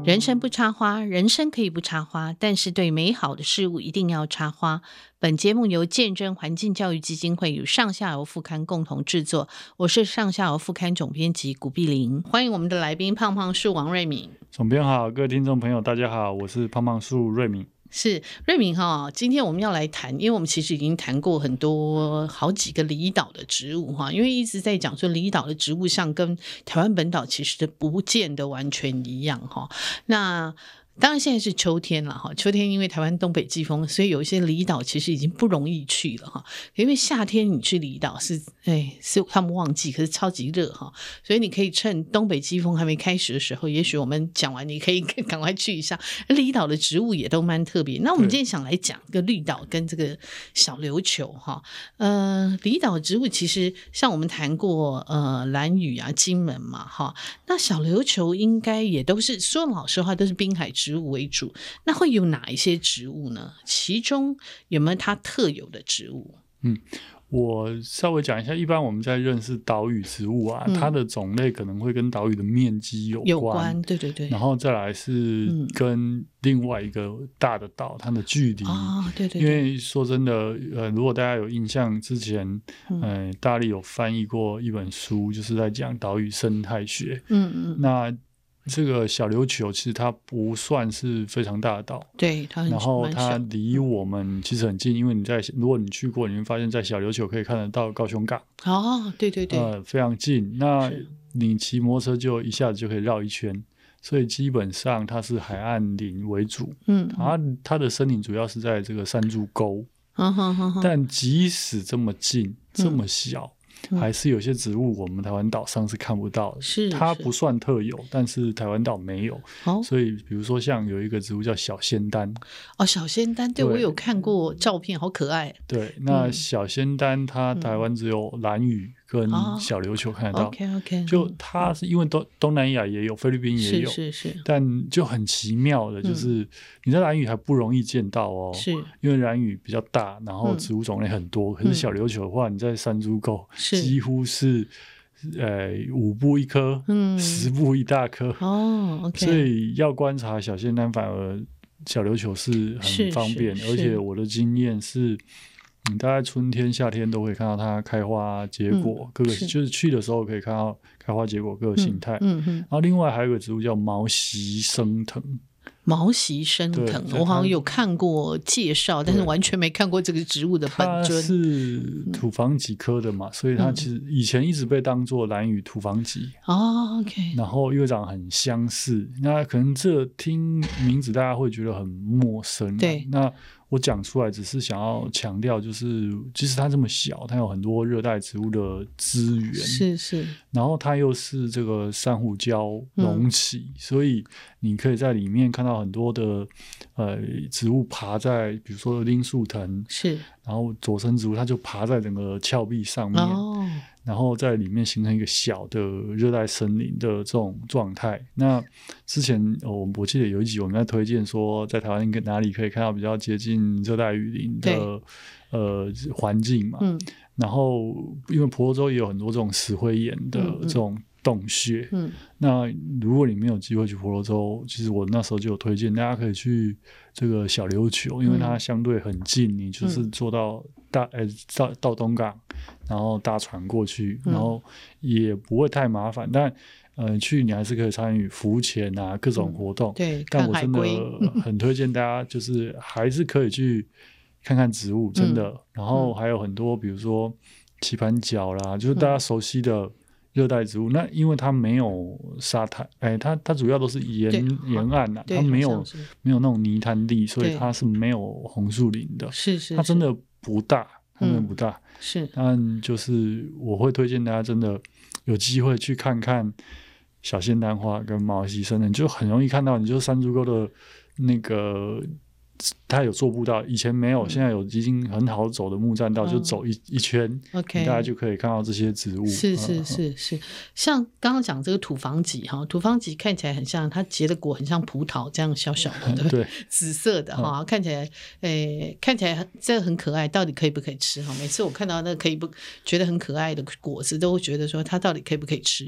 人生不插花，人生可以不插花，但是对美好的事物一定要插花。本节目由见证环境教育基金会与上下游副刊共同制作，我是上下游副刊总编辑古碧玲，欢迎我们的来宾胖胖树王瑞敏。 总编好，各位听众朋友大家好，我是胖胖树瑞敏。 是瑞敏哈，今天我们要来谈，因为我们其实已经谈过好几个离岛的植物哈，因为一直在讲说离岛的植物像跟台湾本岛其实不见得完全一样哈。那当然现在是秋天了哈，秋天因为台湾东北季风，所以有一些离岛其实已经不容易去了哈。因为夏天你去离岛是他们旺季，可是超级热哈，所以你可以趁东北季风还没开始的时候，也许我们讲完你可以赶快去一下。离岛的植物也都蛮特别。那我们今天想来讲一个绿岛跟这个小琉球哈。离岛的植物其实像我们谈过兰屿啊、金门嘛哈，那小琉球应该也都是说老实话都是滨海植物为主。那会有哪一些植物呢？其中有没有它特有的植物？ 我稍微讲一下，一般我们在认识岛屿植物啊，它的种类可能会跟岛屿的面积有关， 对对对， 然后再来是跟另外一个大的岛它的距离， 对对对， 因为说真的，如果大家有印象，之前大力有翻译过一本书，就是在讲岛屿生态学，那这个小琉球其实它不算是非常大的岛， 对，它很小， 然后它离我们其实很近，因为如果你去过，你会发现在小琉球可以看得到高雄港， 对对对， 非常近。那你骑摩托车就一下子就可以绕一圈，所以基本上它是海岸林为主，它的森林主要是在这个山猪沟，但即使这么近，这么小。还是有些植物我们台湾岛上是看不到的，它不算特有，但是台湾岛没有，所以比如说像有一个植物叫小仙丹， 小仙丹，对，我有看过照片，好可爱。 对，那小仙丹它台湾只有兰屿跟小琉球看得到。 OK， 就它是因为东南亚也有，菲律宾也有， 是， 但就很奇妙的，就是你在兰屿还不容易见到哦， 是因为兰屿比较大，然后植物种类很多，可是小琉球的话，你在山猪沟几乎是5步一棵，10步一大棵 ，OK， 所以要观察小仙丹反而小琉球是很方便，而且我的经验是你大概春天夏天都可以看到它开花结果，各个就是去的时候可以看到开花结果各个形态，然后另外还有一个植物叫毛席生藤， 毛席生藤，我好像有看过介绍，但是完全没看过这个植物的本尊。 它是土房脊科的嘛，所以它其实以前一直被当作兰屿土房脊。 OK。 然后因为长得很相似，那可能这听名字大家会觉得很陌生。 对， 那我讲出来只是想要强调，就是即使它这么小，它有很多热带植物的资源， 是， 然后它又是这个珊瑚礁隆起，所以你可以在里面看到很多的植物爬在，比如说罂粟藤， 是， 然后左生植物它就爬在整个峭壁上面，然后在里面形成一个小的热带森林的这种状态。那之前我记得有一集我们在推荐说，在台湾哪里可以看到比较接近热带雨林的环境嘛，然后因为婆罗洲也有很多这种石灰岩的这种洞穴，那如果你没有机会去婆罗洲，其实我那时候就有推荐大家可以去这个小琉球，因为它相对很近，你就是坐到到东港，然后搭船过去，然后也不会太麻烦，但去你还是可以参与浮潜啊各种活动， 对， 但我真的很推荐大家就是还是可以去看看植物，真的，然后还有很多比如说棋盘角啦，就是大家熟悉的热带植物，那因为它没有沙滩，它主要都是沿岸啊，它没有那种泥滩地，所以它是没有红树林的， 是， 它真的不大，它真的不大， 是， 但就是我会推荐大家真的有机会去看看小仙丹花跟毛席生藤，就很容易看到，你就山猪沟的那个。它有做步道，以前没有，现在有已经很好走的木栈道，就走一圈， OK， 大家就可以看到这些植物。 是，像刚刚讲这个土房脊哈，土房脊看起来很像它结的果很像葡萄这样小小的， 对， 紫色的哈，看起来这个很可爱，到底可以不可以吃哈？每次我看到那个觉得很可爱的果子，都会觉得说它到底可以不可以吃？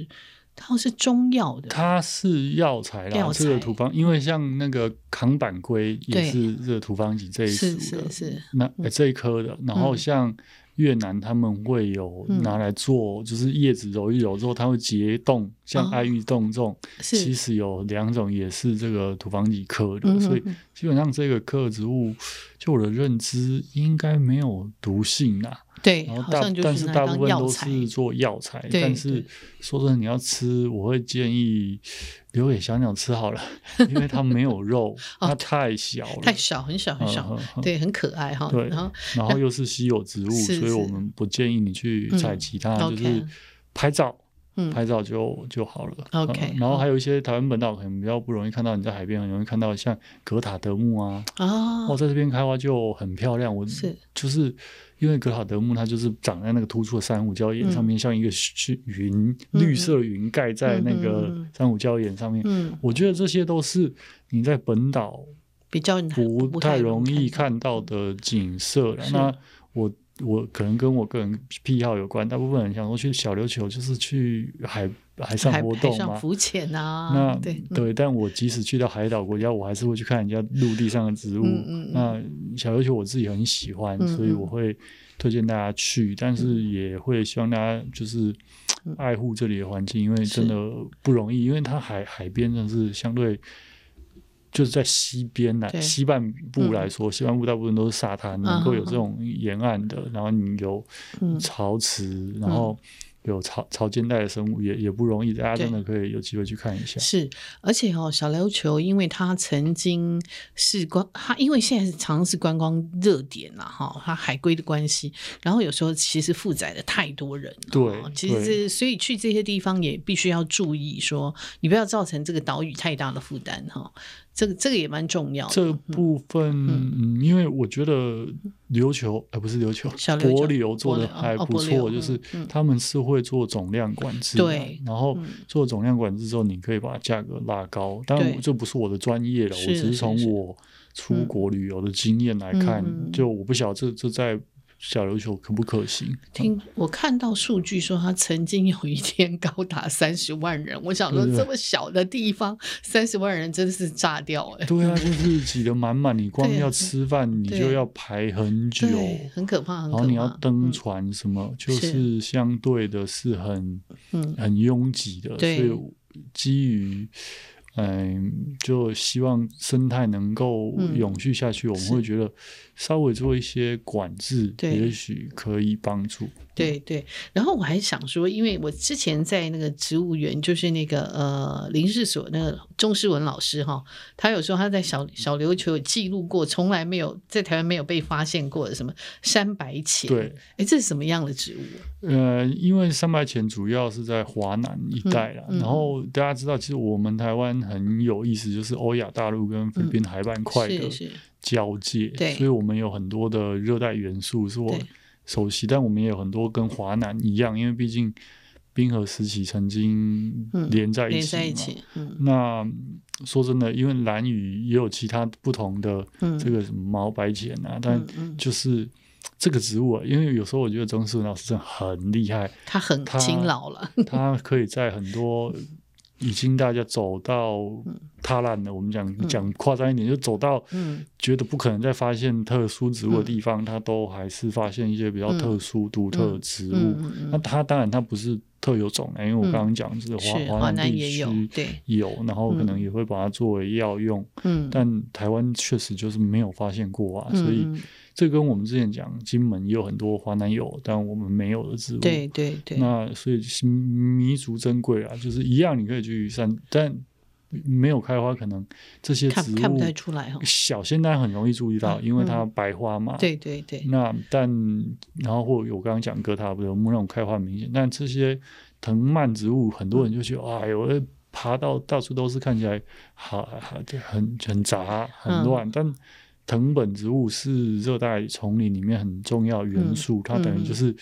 它好像是中药的， 它是药材啦，这个土方，因为像那个扛板龟也是这个土方戟这一属的， 是那这一科的。然后像越南他们会有拿来做，就是叶子揉一揉之后，它会结冻，像爱玉冻这种，其实有2种也是这个土方戟科的，所以基本上这个科植物，就我的认知应该没有毒性啊。 对， 然后但是大部分都是做药材，但是说真的，你要吃，我会建议留给小鸟吃好了，因为它没有肉，它太小了， 太小，很小很小，对，很可爱哈。 对，然后又是稀有植物，所以我们不建议你去采集它，就是拍照。拍照就好了。 OK， 然后还有一些台湾本岛可能比较不容易看到，你在海边很容易看到像格塔德木啊，在这边开花就很漂亮。就是因为格塔德木它就是长在那个突出的珊瑚礁岩上面，像一个云，绿色云盖在那个珊瑚礁岩上面。我觉得这些都是你在本岛比较不太容易看到的景色了。那我可能跟我个人癖好有关，大部分人想说去小琉球就是去海上活动嘛， 浮潜啊。 对，但我即使去到海岛国家，我还是会去看人家陆地上的植物。那小琉球我自己很喜欢，所以我会推荐大家去，但是也会希望大家就是爱护这里的环境，因为真的不容易，因为它海边真的是相对。就是在西半部来说，西半部大部分都是沙滩，能够有这种沿岸的，然后你有潮池，然后有潮间带的生物也不容易，大家真的可以有机会去看一下。 是，而且小琉球，因为它曾经是它因为现在常常是观光热点啦，它海龟的关系，然后有时候其实负载的太多人了。 对， 其实所以去这些地方也必须要注意，说你不要造成这个岛屿太大的负担哈。这个也蛮重要的。 这部分，因为我觉得琉球，不是琉球，帛琉做的还不错，就是他们是会做总量管制， 对， 然后做总量管制之后，你可以把价格拉高。当然，这不是我的专业了，我只是从我出国旅游的经验来看，就我不晓得这在。小琉球可不可行？ 我看到数据说，他曾经有一天高达30万人。我想说，这么小的地方，30万人真的是炸掉对啊，就是挤得满满，你光要吃饭，你就要排很久， 很可怕。 然后你要登船什么，就是相对的是很拥挤的，所以基于。就希望生态能够永续下去，我们会觉得稍微做一些管制，也许可以帮助。 对，然后我还想说，因为我之前在那个植物园，就是那个林试所那个钟世文老师他有说他在小琉球有记录过，从来没有在台湾没有被发现过的什么山白钱。 对， 这是什么样的植物？ 因为山白钱主要是在华南一带啦，然后大家知道，其实我们台湾很有意思，就是欧亚大陆跟菲律宾海板块的交界，所以我们有很多的热带元素是我熟悉，但我们也有很多跟华南一样，因为毕竟冰河时期曾经连在一起嘛。那说真的，因为兰屿也有其他不同的这个什么毛白钱啊，但就是这个植物因为有时候我觉得钟世文老师真的很厉害， 他很勤劳了， 他可以在很多已经大家走到踏烂了，我们讲夸张一点，就走到觉得不可能再发现特殊植物的地方，他都还是发现一些比较特殊独特的植物。那他当然他不是特有种因为我刚刚讲是华南地区有，然后可能也会把它作为药用，但台湾确实就是没有发现过啊，所以这跟我们之前讲金门也有很多华南有但我们没有的植物。 对， 那所以弥足珍贵啊，就是一样你可以去山，但没有开花，可能这些植物看不太出来小现在很容易注意到，因为它白花嘛。 对。 那然后或我刚刚讲格塔德木那种开花明显，但这些藤蔓植物，很多人就觉得哎呦，爬到到处都是，看起来很杂很乱，但藤本植物是热带丛林里面很重要的元素，它等于就是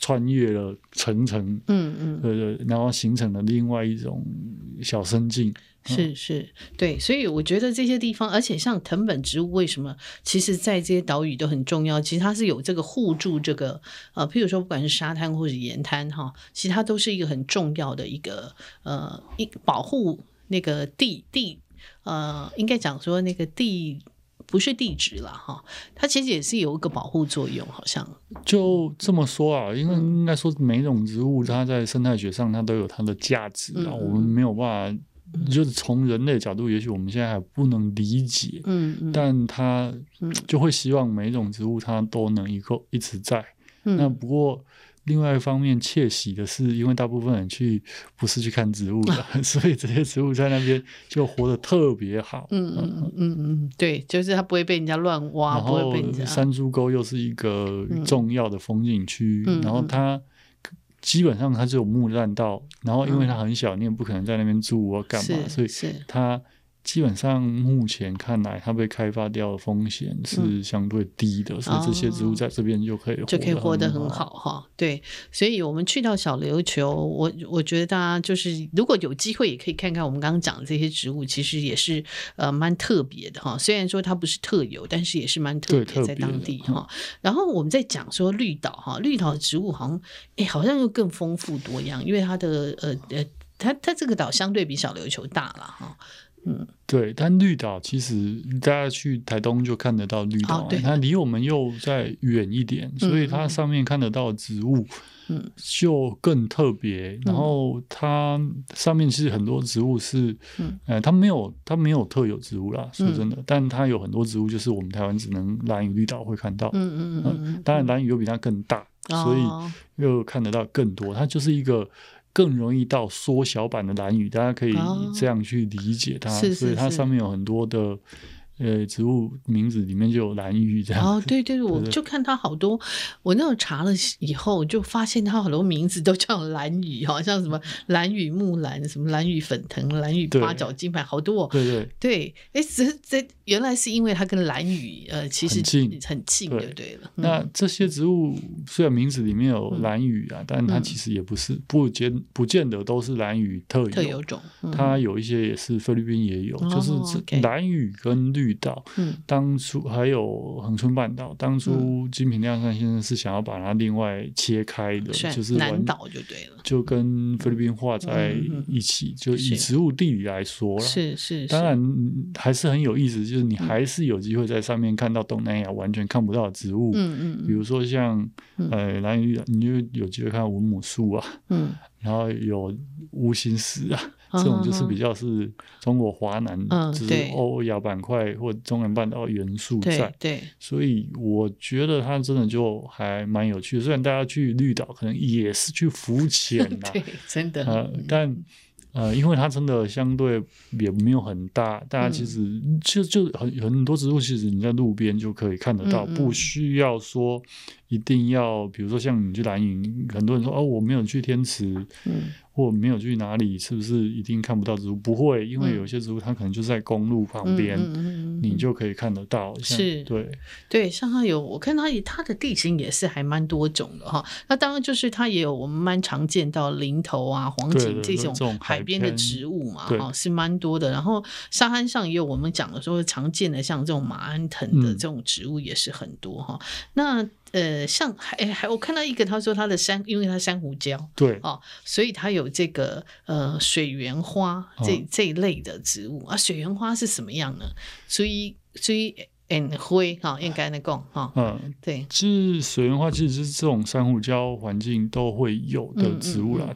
穿越了层层，对，然后形成了另外一种小生境。 是，对，所以我觉得这些地方，而且像藤本植物为什么其实在这些岛屿都很重要，其实它是有这个护住这个譬如说不管是沙滩或者盐滩哈，其实它都是一个很重要的一个保护那个地应该讲说那个地不是地质啦哈，它其实也是有一个保护作用，好像就这么说啊，因为应该说每一种植物它在生态学上它都有它的价值啊，我们没有办法。就是从人类角度，也许我们现在还不能理解，但他就会希望每一种植物它都能一直在。那不过另外一方面窃喜的是，因为大部分人不是去看植物的，所以这些植物在那边就活得特别好。 对，就是它不会被人家乱挖，不会被人家。 山猪沟又是一个重要的风景区，然后它。基本上它只有木栈道，然后因为它很小，你也不可能在那边住或干嘛，所以它基本上目前看来，它被开发掉的风险是相对低的，所以这些植物在这边就可以活得很好哈。对，所以我们去到小琉球，我觉得大家就是如果有机会也可以看看我们刚刚讲的这些植物，其实也是蛮特别的哈。虽然说它不是特有，但是也是蛮特别在当地哈。然后我们在讲说绿岛哈，绿岛的植物好像又更丰富多样，因为它的它这个岛相对比小琉球大了哈。 对，但绿岛其实大家去台东就看得到绿岛，它离我们又再远一点，所以它上面看得到植物就更特别。然后它上面其实很多植物是，它没有特有植物啦，说真的，但它有很多植物就是我们台湾只能兰屿绿岛会看到，当然兰屿又比它更大，所以又看得到更多。它就是一个。更容易到缩小版的兰屿，大家可以这样去理解它，所以它上面有很多的植物名字里面就有兰屿这样。 对，我就看它好多，我那时候查了以后就发现它好多名字都叫兰屿，好像什么兰屿木兰、什么兰屿粉藤、兰屿八角金牌，好多。对，这原来是因为它跟兰屿其实很近就对了。 那这些植物虽然名字里面有兰屿啊，但它其实也不是不见得都是兰屿特有种，它有一些也是菲律宾也有，就是兰屿跟绿岛，当初还有恒春半岛，当初金平亮山先生是想要把它另外切开的，就是南岛就对了， 就跟菲律宾划在一起，就以植物地理来说啦， 是， 当然还是很有意思，就是你还是有机会在上面看到东南亚完全看不到的植物，比如说像兰屿，你就有机会看到文母树啊，然后有乌心石啊。这种就是比较是中国华南，就是欧亚板块或中南半岛元素在， 对， 所以我觉得它真的就还蛮有趣的。虽然大家去绿岛可能也是去浮潜啦， 对，真的， 但因为它真的相对也没有很大，大家其实就很多植物，其实你在路边就可以看得到，不需要说一定要，比如说像你去兰屿，很多人说我没有去天池，或没有去哪里，是不是一定看不到植物？不会，因为有些植物它可能就在公路旁边，你就可以看得到。 是，对，像它我看它的地形也是还蛮多种的哈。那当然就是它也有我们蛮常见到林头啊、黄锦这种海边的植物嘛，哈，是蛮多的。然后沙滩上也有我们讲的说常见的像这种马鞍藤的这种植物也是很多哈。那像我看到一个，他说他的因为它珊瑚礁， 对所以它有这个水源花这一类的植物啊。水源花是什么样呢？所以灰哈，应该能讲哈，对， 就是水源花其实是这种珊瑚礁环境都会有的植物啦，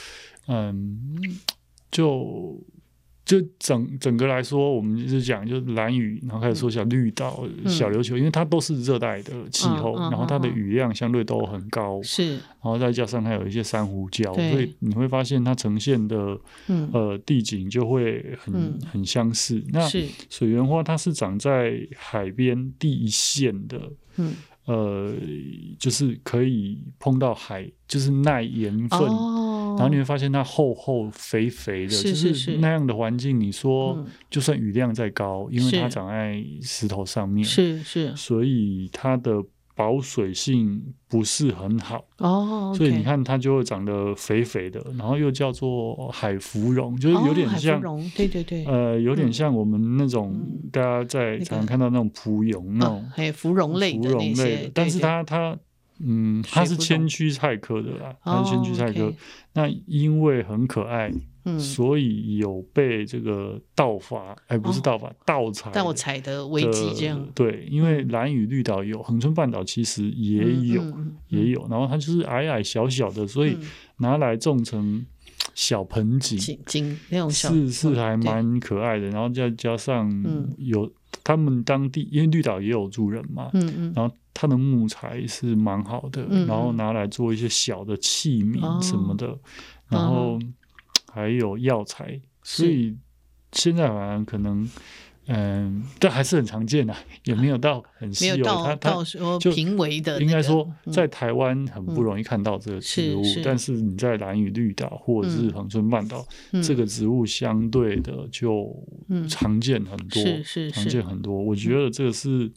就整个来说，我们就讲就是兰屿，然后开始说小绿岛、小琉球，因为它都是热带的气候，然后它的雨量相对都很高， 是， 然后再加上它有一些珊瑚礁，所以你会发现它呈现的地景就会很相似。那水源花它是长在海边第一线的，就是可以碰到海，就是耐盐分。然后你会发现它厚厚肥肥的，就是那样的环境。你说就算雨量再高，因为它长在石头上面， 是， 所以它的保水性不是很好哦， 所以你看它就会长得肥肥的，然后又叫做海芙蓉，就是有点像海芙蓉，对对对， 有点像我们那种大家在常常看到那种蒲蓉那种芙蓉类的那些， 但是它是千屈菜科的啦，它是千屈菜科。那因为很可爱，所以有被这个不是盗采的危机这样。 对，因为兰屿绿岛有，恒春半岛其实也有，然后它就是矮小小的，所以拿来种成小盆景那种是还蛮可爱的。然后再加上有他们当地，因为绿岛也有住人嘛，然后它的木材是蛮好的，然后拿来做一些小的器皿什么的，然后还有药材，所以现在好像可能但还是很常见也没有到很稀有， 没有到说濒危的， 应该说在台湾很不容易看到这个植物，但是你在兰屿绿岛或者是恒春半岛，这个植物相对的就常见很多，常见很多。我觉得这个是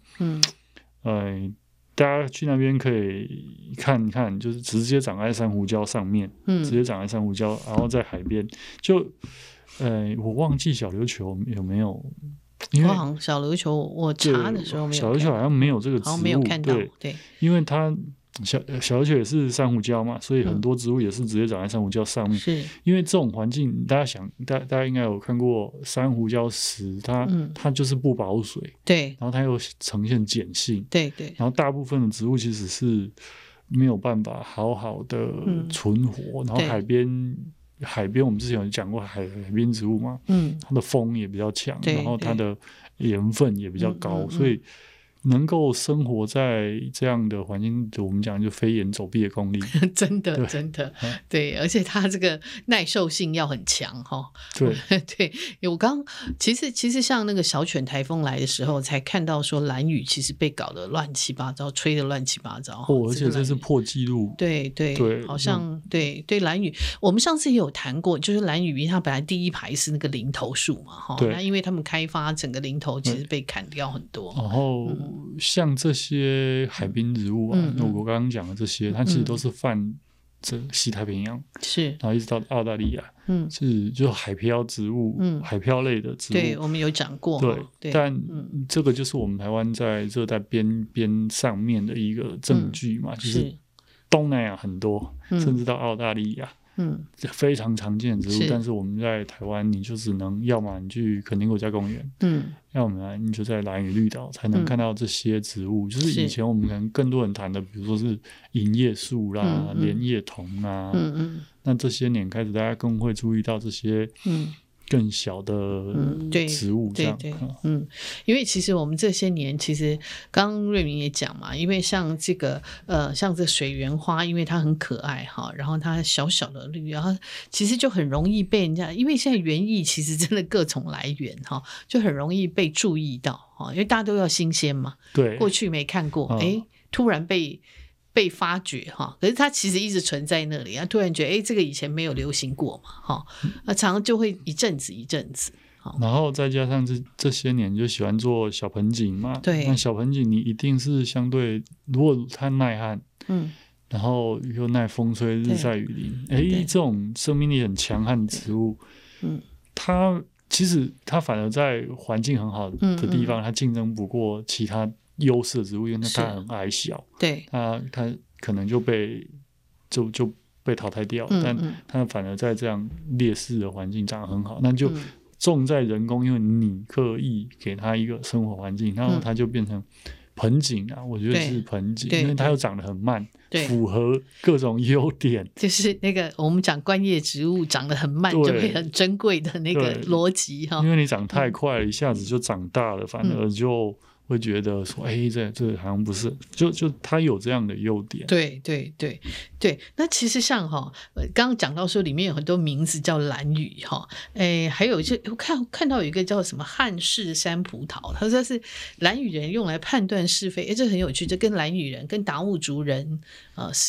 大家去那边可以看看，就是直接长在珊瑚礁上面，直接长在珊瑚礁，然后在海边就我忘记小琉球有没有，因为小琉球我查的时候没有， 小琉球好像没有这个植物， 没有看到，对， 因为它小琉球也是珊瑚礁嘛，所以很多植物也是直接长在珊瑚礁上面。 是因为这种环境，大家应该有看过珊瑚礁石，它就是不保水，对，然后它又呈现碱性，对，然后大部分的植物其实是没有办法好好的存活，然后海边我们之前有讲过海边植物嘛，它的风也比较强，然后它的盐分也比较高，所以能够生活在这样的环境，我们讲就飞檐走壁的功力， 真的，对，而且它这个耐受性要很强对，我刚其实像那个小犬台风来的时候，才看到说兰屿其实被搞得乱七八糟，吹得乱七八糟而且这是破纪录， 对，好像对兰屿，我们上次也有谈过，就是兰屿它本来第一排是那个林投树嘛那因为他们开发整个林投其实被砍掉很多， 然后像这些海滨植物我刚刚讲的这些，它其实都是泛这西太平洋，是，然后一直到澳大利亚，是就海漂植物，海漂类的植物， 对，我们有讲过， 对，但这个就是我们台湾在热带边上面的一个证据嘛，就是东南亚很多，甚至到澳大利亚。非常常见的植物，但是我们在台湾，你就只能要么你去垦丁国家公园，要么你就在兰屿绿岛才能看到这些植物。就是以前我们可能更多人谈的，比如说是银叶树啦、莲叶桐啊，那这些年开始大家更会注意到这些更小的植物这样， 因为其实我们这些年，其实刚刚瑞明也讲嘛，因为像这个像这水源花，因为它很可爱然后它小小的绿，然后其实就很容易被人家，因为现在园艺其实真的各种来源就很容易被注意到因为大家都要新鲜嘛，对，过去没看过，突然被发掘可是它其实一直存在那里，突然觉得这个以前没有流行过嘛常常就会一阵子然后再加上这些年就喜欢做小盆景嘛，对，那小盆景你一定是相对，如果它耐旱然后又耐风吹日晒雨淋这种生命力很强悍的植物它其实它反而在环境很好的地方它竞争不过其他优势的植物，因为它很矮小，对，它可能就被淘汰掉但它反而在这样劣势的环境长得很好，那就重在人工，因为你刻意给它一个生活环境，然后它就变成盆景我觉得是盆景，因为它又长得很慢，符合各种优点， 就是那个我们讲观叶植物长得很慢就会很珍贵的那个逻辑因为你长太快了，一下子就长大了，反而就会觉得说这好像不是，就它有这样的优点。 对，那其实像刚刚讲到说里面有很多名字叫兰屿还有就我看到有一个叫什么汉式山葡萄，他说是兰屿人用来判断是非，这很有趣，这跟兰屿人跟达悟族人是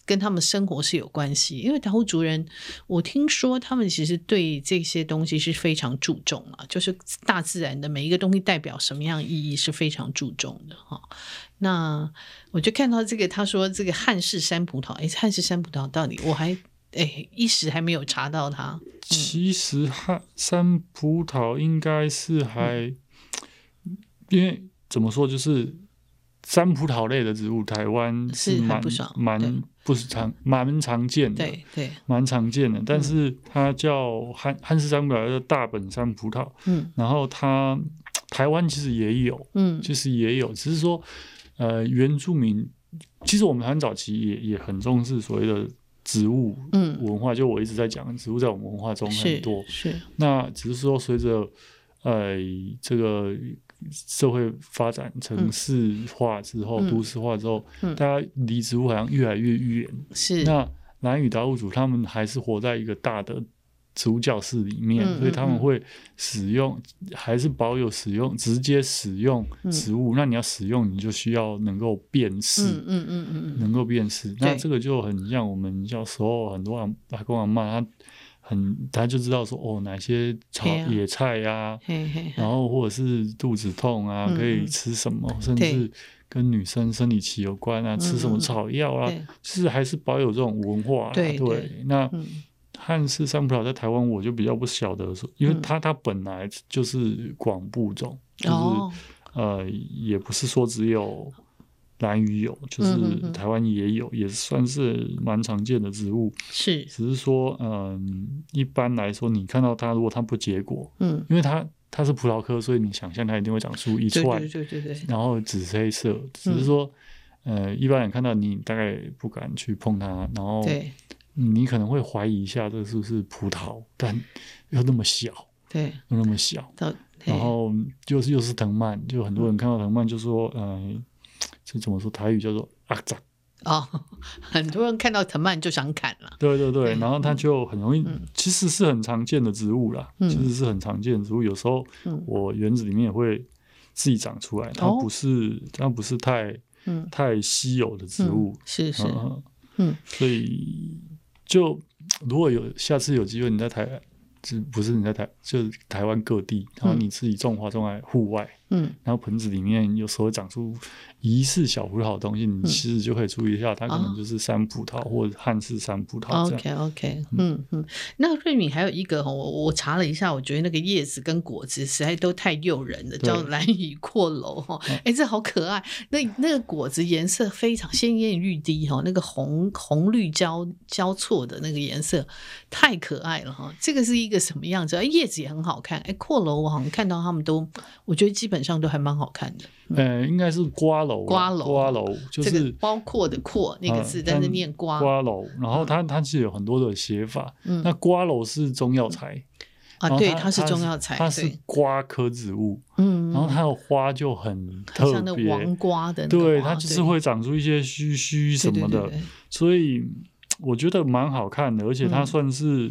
跟他们生活是有关系，因为达悟族人，我听说他们其实对这些东西是非常注重啊，就是大自然的每一个东西代表什么样的意义是非常注重的哈。那我就看到这个，他说这个汉式山葡萄，汉式山葡萄到底我还一时还没有查到它。 其实山葡萄应该是因为怎么说，就是山葡萄类的植物，台湾是蛮常见的， 对， 蛮常见的。但是它叫汉式山葡萄，叫大本山葡萄。然后它台湾其实也有，只是说原住民，其实我们很早期也很重视所谓的植物文化，就我一直在讲，植物在我们文化中很多。 是那只是说随着这个社会发展城市化之后，都市化之后，大家离植物好像越来越远。 是那兰屿达悟族他们还是活在一个大的植物教室里面，所以他们会使用，还是保有直接使用植物。那你要使用，你就需要能够辨识，能够辨识。那这个就很像我们小时候很多阿公阿嬷他就知道说哪些野菜啊，然后或者是肚子痛啊，可以吃什么，甚至跟女生生理期有关啊，吃什么草药啊，其实还是保有这种文化啦。对，那汉式山葡萄在台湾我就比较不晓得说，因为它本来就是广布种，就是也不是说只有兰屿有，就是台湾也有，也算是蛮常见的植物。 是， 只是说，一般来说，你看到它，如果它不结果，因为它是葡萄科，所以你想象它一定会长出一串， 对， 然后紫黑色。只是说，一般人看到你大概不敢去碰它，然后你可能会怀疑一下这是不是葡萄，但又那么小，又那么小，然后又是藤蔓，就很多人看到藤蔓就说，这怎么说？台语叫做阿杂。 很多人看到藤蔓就想砍了。 对，然后它就很容易，其实是很常见的植物啦。其实是很常见的植物，有时候我园子里面也会自己长出来。它不是太稀有的植物。 是。 所以就如果下次有机会你在不是你在就是台湾各地，然后你自己种在户外，然后盆子里面有时候会长出疑似小葡萄的东西，你其实就可以注意一下，它可能就是山葡萄或者汉式山葡萄这样。 OK， 那瑞敏还有一个我查了一下，我觉得那个叶子跟果子实在都太诱人了，叫兰屿阔楼这好可爱。那个果子颜色非常鲜艳欲滴那个红绿交错的那个颜色太可爱了这个是一个什么样子？叶子也很好看。阔楼我好像看到他们都，我觉得基本上都还蛮好看的。 应该是瓜楼，就是这个包括的括那个字，但是念瓜楼。然后它其实有很多的写法。那瓜楼是中药材对，它是中药材， 它是瓜科植物。然后它的花就很特别， 像那黄瓜的那个对，它就是会长出一些须什么的，所以我觉得蛮好看的，而且它算是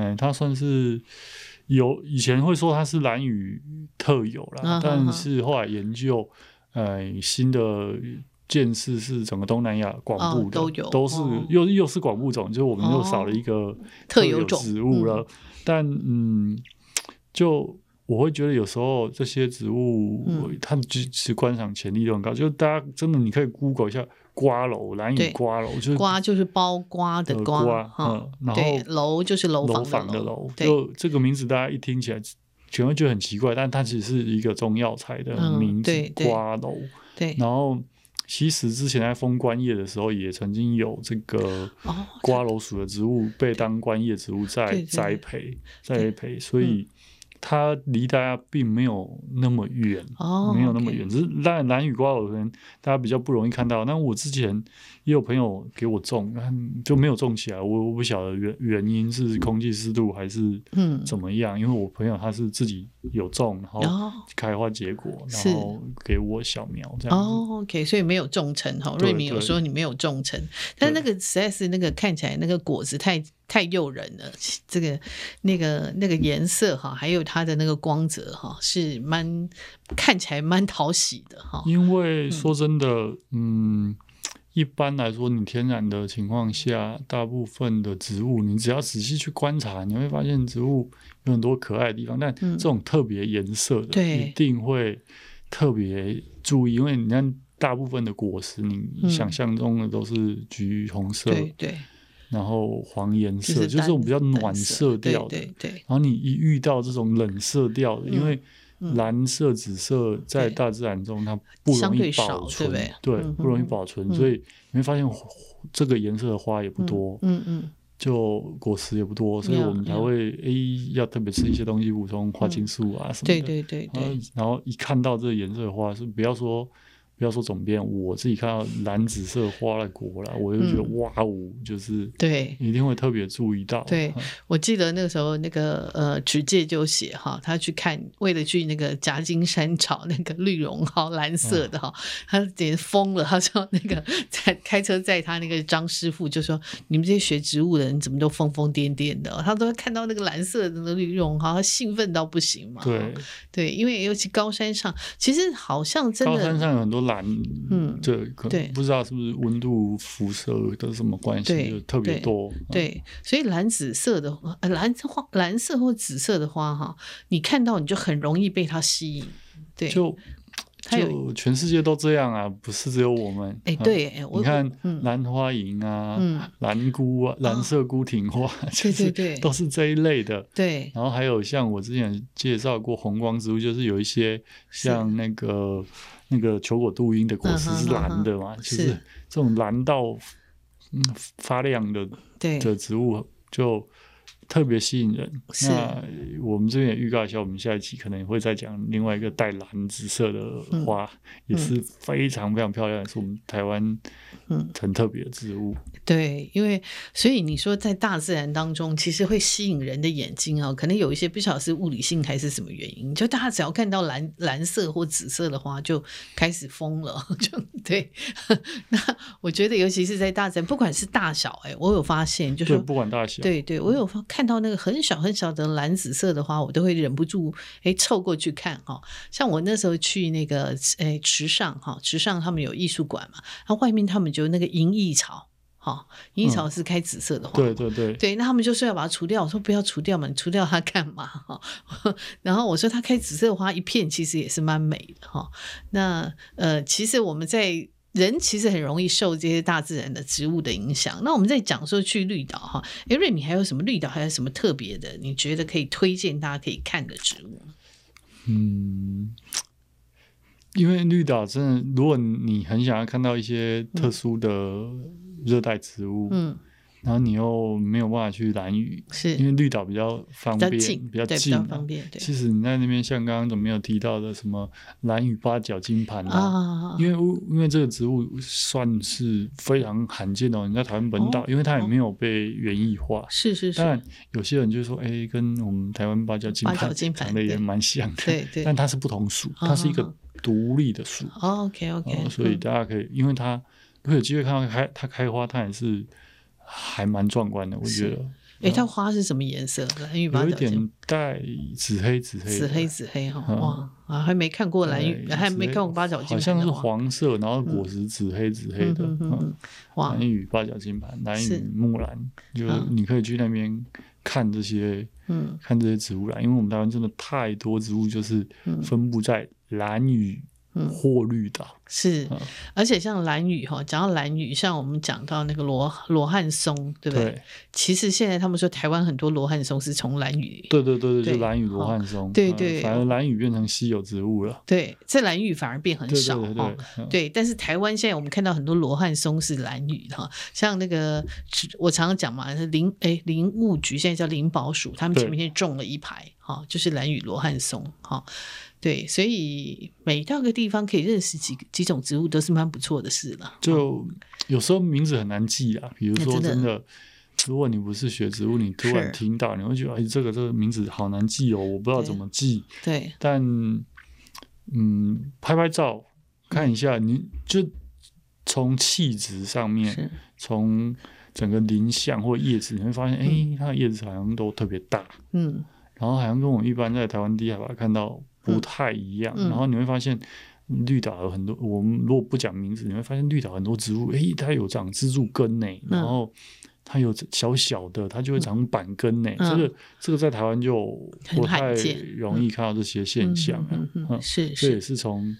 有以前会说它是兰屿特有啦，但是后来研究，新的见识是整个东南亚广布的，都是又是广布种，就是我们又少了一个特有植物了。但就我会觉得有时候这些植物，它其实观赏潜力都很高，就大家真的你可以 Google 一下。瓜楼，兰屿瓜楼，就是瓜就是包瓜的瓜， 然后楼就是楼房的楼，就这个名字大家一听起来可能会觉得很奇怪，但它其实是一个中药材的名字，瓜楼。 对， 然后其实之前在封观叶的时候，也曾经有这个瓜楼属的植物被当观叶植物在栽培，所以。它离大家并没有那么远，没有那么远，只是兰屿瓜楼可能大家比较不容易看到。那我之前也有朋友给我种，就没有种起来。我不晓得原因是空气湿度还是怎么样，因为我朋友他是自己有种，然后开花结果，然后给我小苗这样子。 OK， 所以没有种成瑞敏有说你没有种成，但是那个实在是那个看起来那个果子太诱人了，这个那个颜色还有它的那个光泽是看起来蛮讨喜的因为说真的， 一般来说，你天然的情况下，大部分的植物，你只要仔细去观察，你会发现植物有很多可爱的地方。但这种特别颜色的，一定会特别注意，因为你看大部分的果实，你想象中的都是橘红色， 对， 然后黄颜色，就是这种比较暖色调的。对。然后你一遇到这种冷色调的，因为蓝色、紫色在大自然中它不容易保存，对，不容易保存，所以你会发现这个颜色的花也不多，就果实也不多，所以我们才会要特别吃一些东西补充花青素啊什么的。对。然后一看到这个颜色的花，是不要说总编，我自己看到蓝紫色花的果啦，我就觉得哇哦，就是对，一定会特别注意到。 对，我记得那个时候那个直介就写哈，他去看，为了去那个夹金山找那个绿绒蒿蓝色的哈，他简直疯了。他说那个开车载他那个张师傅就说，你们这些学植物的人怎么都疯疯癫癫的？他都会看到那个蓝色的绿绒蒿，他兴奋到不行嘛。对，因为尤其高山上，其实好像真的高山上有很多蓝，对，不知道是不是温度辐射的什么关系，就特别多。 对，所以蓝紫色的蓝色或紫色的花哈，你看到你就很容易被它吸引。对， 就全世界都这样啊，不是只有我们。 对， 你看兰花楹啊，蓝菇啊，蓝色孤挺花，就是都是这一类的。对，然后还有像我之前介绍过红光植物，就是有一些像那个球果杜英的果实是蓝的嘛，就是这种蓝到发亮的植物就特别吸引人。那我们这边也预告一下，我们下一期可能也会再讲另外一个带蓝紫色的花，也是非常非常漂亮，是我们台湾很特别的植物。 对，因为所以你说在大自然当中，其实会吸引人的眼睛啊，可能有一些不晓得是物理性还是什么原因，就大家只要看到蓝色或紫色的花就开始疯了，就对。那我觉得尤其是在大自然，不管是大小，我有发现，就是不管大小， 对，我有看到那个很小很小的蓝紫色的花，我都会忍不住凑过去看哈。像我那时候去那个池上他们有艺术馆嘛，然后外面他们就那个银翼草。银翼草是开紫色的花，对，那他们就说要把它除掉，我说不要除掉嘛，你除掉它干嘛？然后我说它开紫色的花一片其实也是蛮美的哈。那其实我们在人其实很容易受这些大自然的植物的影响。那我们在讲说去绿岛哈，瑞米还有什么绿岛还有什么特别的？你觉得可以推荐大家可以看的植物？ 因为绿岛真的，如果你很想要看到一些特殊的热带植物，然后你又没有办法去兰屿，因为绿岛比较方便，比较近，方便。其实你在那边像刚刚怎么没有提到的什么兰屿八角金盘啊，因为这个植物算是非常罕见的，你在台湾本岛，因为它也没有被园艺化，是。当然有些人就说，跟我们台湾八角金盘长得也蛮像的，对，但它是不同属，它是一个独立的树。 OK， 所以大家可以，因为它会有机会看到它开花，它也是还蛮壮观的，我觉得。 它花是什么颜色？兰屿八角金， 有一点带紫黑哇还没看过兰屿，还没看过八角金盘， 好像是黄色，然后果实紫黑的。兰屿八角金盘，兰屿木兰，就你可以去那边看这些植物啦，因为我们台湾真的太多植物就是分布在兰屿或绿岛。 是，而且像兰屿讲到兰屿，像我们讲到那个罗汉松，对不对？其实现在他们说台湾很多罗汉松是从兰屿， 对，就兰屿罗汉松，对，反而兰屿变成稀有植物了。 对，在兰屿反而变很少，对。但是台湾现在我们看到很多罗汉松是兰屿哈，像那个我常常讲嘛，林务局现在叫林保署，他们前面种了一排就是兰屿罗汉松对，所以每到个地方可以认识几种植物都是蛮不错的事了。 就有时候名字很难记啊，比如说真的，如果你不是学植物，你突然听到，你会觉得这个名字好难记哦，我不知道怎么记。对，但拍照看一下，你就从气质上面，从整个林相或叶子，你会发现，它的叶子好像都特别大，然后好像跟我们一般在台湾低海拔看到不太一样，然后你会发现绿岛有很多，我们如果不讲名字，你会发现绿岛很多植物，它有长蜘蛛根呢，然后它有小小的，它就会长板根呢。这个在台湾就不太容易看到这些现象是， 这也是从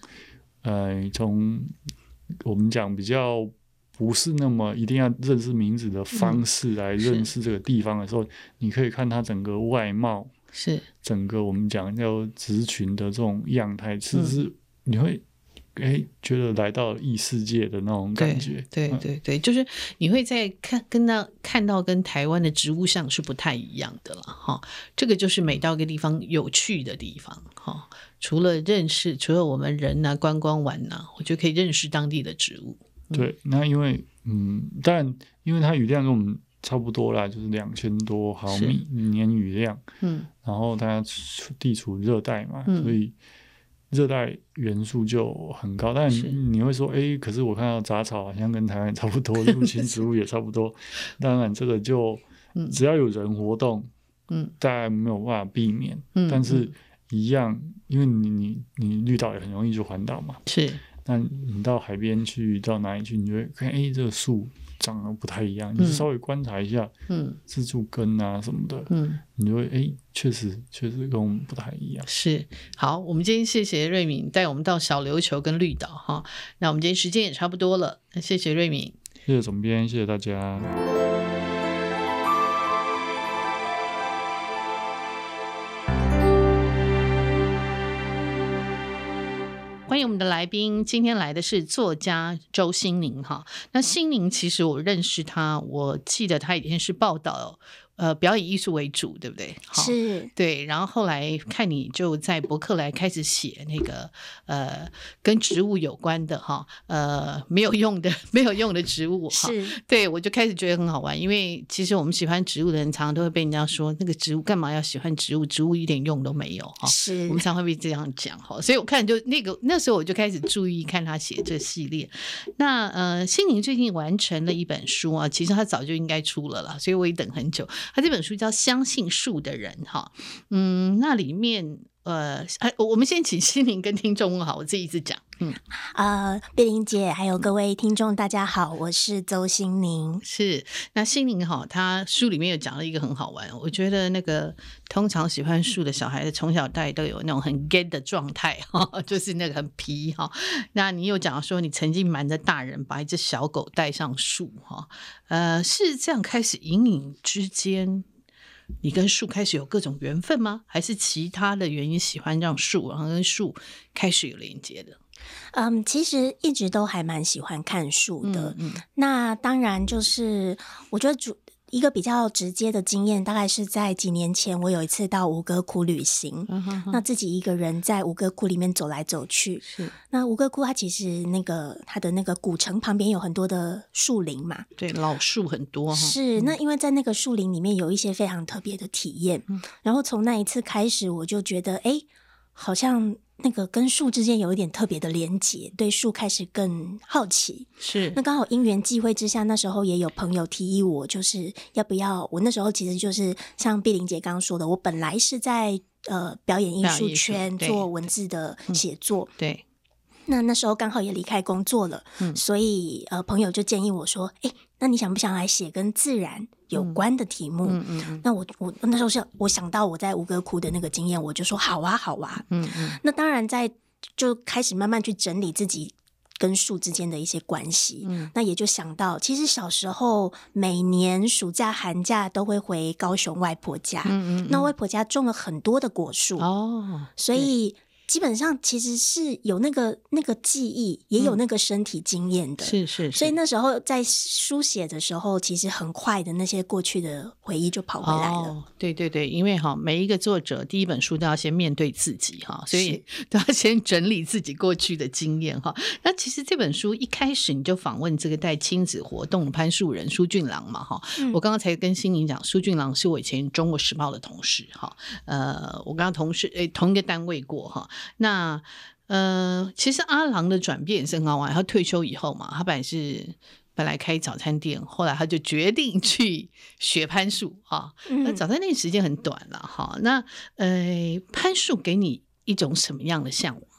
我们讲比较不是那么一定要认识名字的方式来认识这个地方的时候，你可以看它整个外貌， 是整个我们讲叫植群的这种样态，其实你会觉得来到异世界的那种感觉。 对，就是你会在看到跟台湾的植物相是不太一样的了哈。这个就是每到一个地方有趣的地方哈。除了我们人啊观光玩啊，我就可以认识当地的植物。 对，那因为但因为它雨量跟我们差不多啦，就是2000多毫米年雨量，然后它地处热带嘛，所以热带元素就很高。但你会说可是我看到杂草好像跟台湾差不多，入侵植物也差不多。当然这个就只要有人活动大概没有办法避免，但是一样，因为你绿岛也很容易就环岛嘛，是。那你到海边去，到哪里去，你就会看这个树长得不太一样，你稍微观察一下蜘蛛根啊什么的，你就会确实跟我们不太一样。 是。好，我们今天谢谢瑞敏带我们到小琉球跟绿岛哈。那我们今天时间也差不多了，那谢谢瑞敏， 谢谢总编，谢谢大家。 欢迎我们的来宾，今天来的是作家周心宁哈。那心宁其实我认识他，我记得他以前是报道表演艺术为主，对不对？ 是， 对。然后后来看你就在博客来开始写那个跟植物有关的哈，没有用的植物哈。是，对，我就开始觉得很好玩，因为其实我们喜欢植物的人，常常都会被人家说那个植物干嘛要喜欢植物？植物一点用都没有哈。是，我们常会被这样讲哈。所以我看就那时候我就开始注意看他写这系列。那心宁最近完成了一本书啊，其实他早就应该出了啦，所以我也等很久。他这本书叫《相信树的人》哈，那里面我们先请心宁跟听众问好，我自己一直讲。 碧玲姐还有各位听众大家好，我是周心宁。 是，那心宁哈，他书里面有讲了一个很好玩，我觉得那个通常喜欢树的小孩子从小到大都有那种很 gay 的状态哈，就是那个很皮哈。那你有讲说你曾经瞒着大人把一只小狗带上树哈，是这样开始隐隐之间你跟树开始有各种缘分吗？还是其他的原因喜欢让树，然后跟树开始有连接的？ 其实一直都还蛮喜欢看树的。那当然就是我觉得一个比较直接的经验，大概是在几年前，我有一次到吴哥窟旅行，那自己一个人在吴哥窟里面走来走去。是，那吴哥窟它其实它的那个古城旁边有很多的树林嘛， 对，老树很多。 是，那因为在那个树林里面有一些非常特别的体验，然后从那一次开始，我就觉得好像那个跟树之间有一点特别的连结，对树开始更好奇。是，那刚好因缘际会之下，那时候也有朋友提议我，就是要不要，我那时候其实就是像碧玲姐刚刚说的，我本来是在表演艺术圈做文字的写作，对。那时候刚好也离开工作了，所以朋友就建议我说，那你想不想来写跟自然有关的题目？那我那时候我想到我在吴哥窟的那个经验，我就说好啊。那当然就开始慢慢去整理自己跟树之间的一些关系。那也就想到，其实小时候每年暑假寒假都会回高雄外婆家，那外婆家种了很多的果树所以基本上其实是有那个记忆，也有那个身体经验的。是。所以那时候在书写的时候，其实很快的那些过去的回忆就跑回来了。 对，因为每一个作者第一本书都要先面对自己所以都要先整理自己过去的经验那其实这本书一开始你就访问这个带亲子活动的潘树人苏俊郎嘛我刚刚才跟心宁讲，苏俊郎是我以前中国时报的同事我跟他同一个单位过那其实阿郎的转变也是很好玩。他退休以后嘛，他本来开早餐店，后来他就决定去学攀树那早餐店时间很短了那攀树给你一种什么样的向往？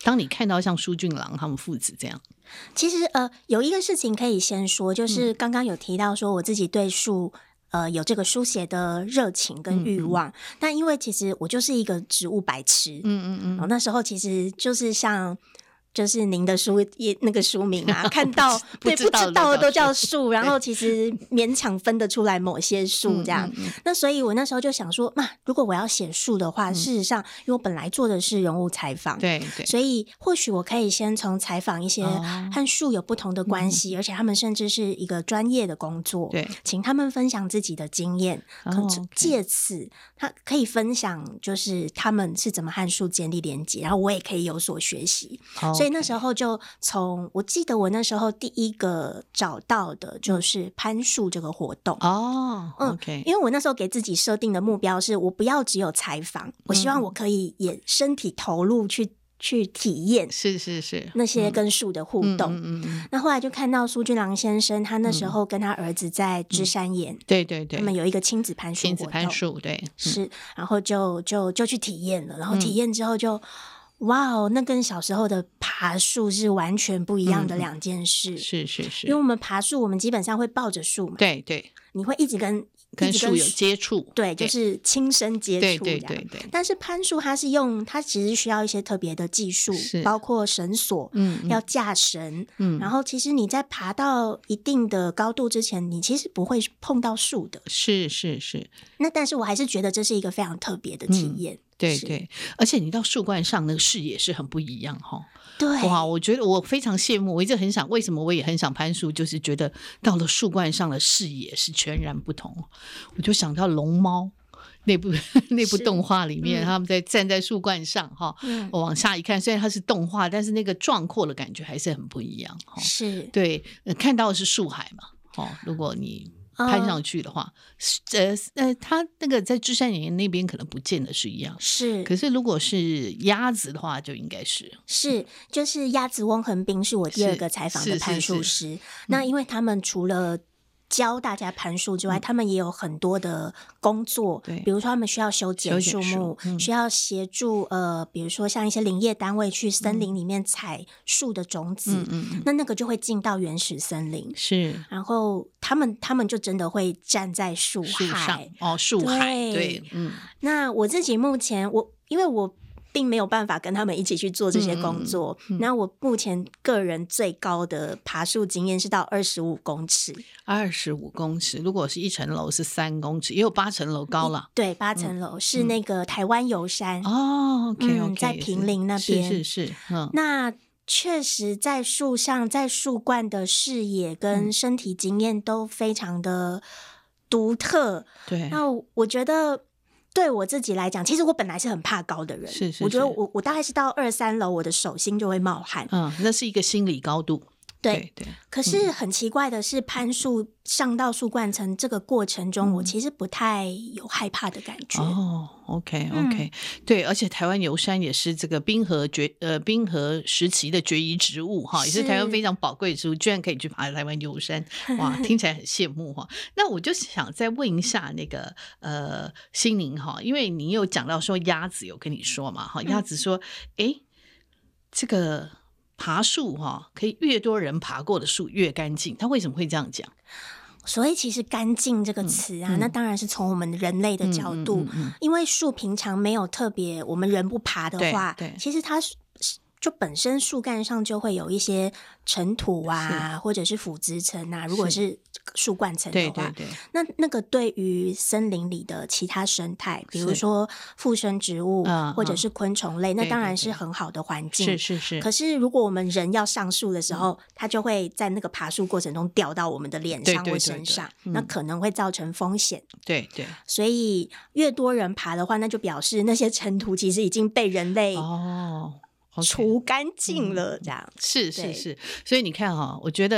当你看到像舒俊郎他们父子这样， 其实有一个事情可以先说，就是刚刚有提到说我自己对树有这个书写的热情跟欲望，但因为其实我就是一个植物白痴，那时候其实就是像。就是您的书那个书名啊，看到对不知道的都叫树，然后其实勉强分得出来某些树这样。那所以我那时候就想说，如果我要写树的话，事实上因为我本来做的是人物采访， 对， 所以或许我可以先从采访一些和树有不同的关系，而且他们甚至是一个专业的工作， 对， 请他们分享自己的经验，借此他可以分享就是他们是怎么和树建立连接，然后我也可以有所学习，所以那时候就我记得我那时候第一个找到的就是攀树这个活动 OK， 因为我那时候给自己设定的目标是我不要只有采访，我希望我可以也身体投入去体验， 是那些跟树的互动。那后来就看到苏俊郎先生，他那时候跟他儿子在芝山岩， 对， 他们有一个亲子攀树活动， 亲子攀树，对， 是，然后就去体验了，然后体验之后就。哇哦，那跟小时候的爬树是完全不一样的两件事。 是， 因为我们爬树，我们基本上会抱着树嘛， 对， 你会一直跟树有接触， 对，就是亲身接触， 对。 但是攀树它其实需要一些特别的技术，包括绳索，要架绳，然后其实你在爬到一定的高度之前，你其实不会碰到树的， 是。 那但是我还是觉得这是一个非常特别的体验。 对，而且你到树冠上那个视野是很不一样对， 哇，我觉得我非常羡慕，我一直很想，为什么我也很想攀树，就是觉得到了树冠上的视野是全然不同。我就想到龙猫那部动画里面，他们站在树冠上我往下一看，虽然它是动画，但是那个壮阔的感觉还是很不一样是， 对，看到的是树海嘛如果你攀上去的话，它那个在芝山岩那边可能不见得是一样， 是。 可是如果是鸭子的话，就应该是就是鸭子翁横滨是我第二个采访的攀树师。那因为他们除了教大家攀树之外，他们也有很多的工作，比如说他们需要修剪树木，需要协助比如说像一些林业单位去森林里面采树的种子，那个就会进到原始森林， 是， 然后他们就真的会站在树海树海，对， 那我自己目前因为我并没有办法跟他们一起去做这些工作，那我目前个人最高的爬树经验是到25公尺 ，25公尺，如果是1层楼是3公尺，也有8层楼高了， 对，8层楼是那个台湾油山 OK， 在坪林那边， 是， 那确实在树上，在树冠的视野跟身体经验都非常的独特， 对， 那我觉得对我自己来讲，其实我本来是很怕高的人， 是， 我觉得我大概是到2、3楼，我的手心就会冒汗， 那是一个心理高度，对。 可是很奇怪的是，攀树上到树冠层这个过程中，我其实不太有害怕的感觉。 OK， 对，而且台湾油山也是这个冰河时期的决议植物也是台湾非常宝贵的植物，居然可以去爬台湾油山，哇，听起来很羡慕那我就想再问一下那个心宁因为你有讲到说鸭子有跟你说嘛鸭子说这个爬树可以越多人爬过的树越干净，他为什么会这样讲？ 所以其实干净这个词那当然是从我们人类的角度，因为树平常没有特别我们人不爬的话，其实它就本身树干上就会有一些尘土或者是腐殖层如果是树冠层的话，那个对于森林里的其他生态，比如说附生植物或者是昆虫类，那当然是很好的环境。 是。 可是如果我们人要上树的时候，它就会在那个爬树过程中掉到我们的脸上或身上，那可能会造成风险。 对。 所以越多人爬的话，那就表示那些尘土其实已经被人类除干净了，这样是。所以你看我觉得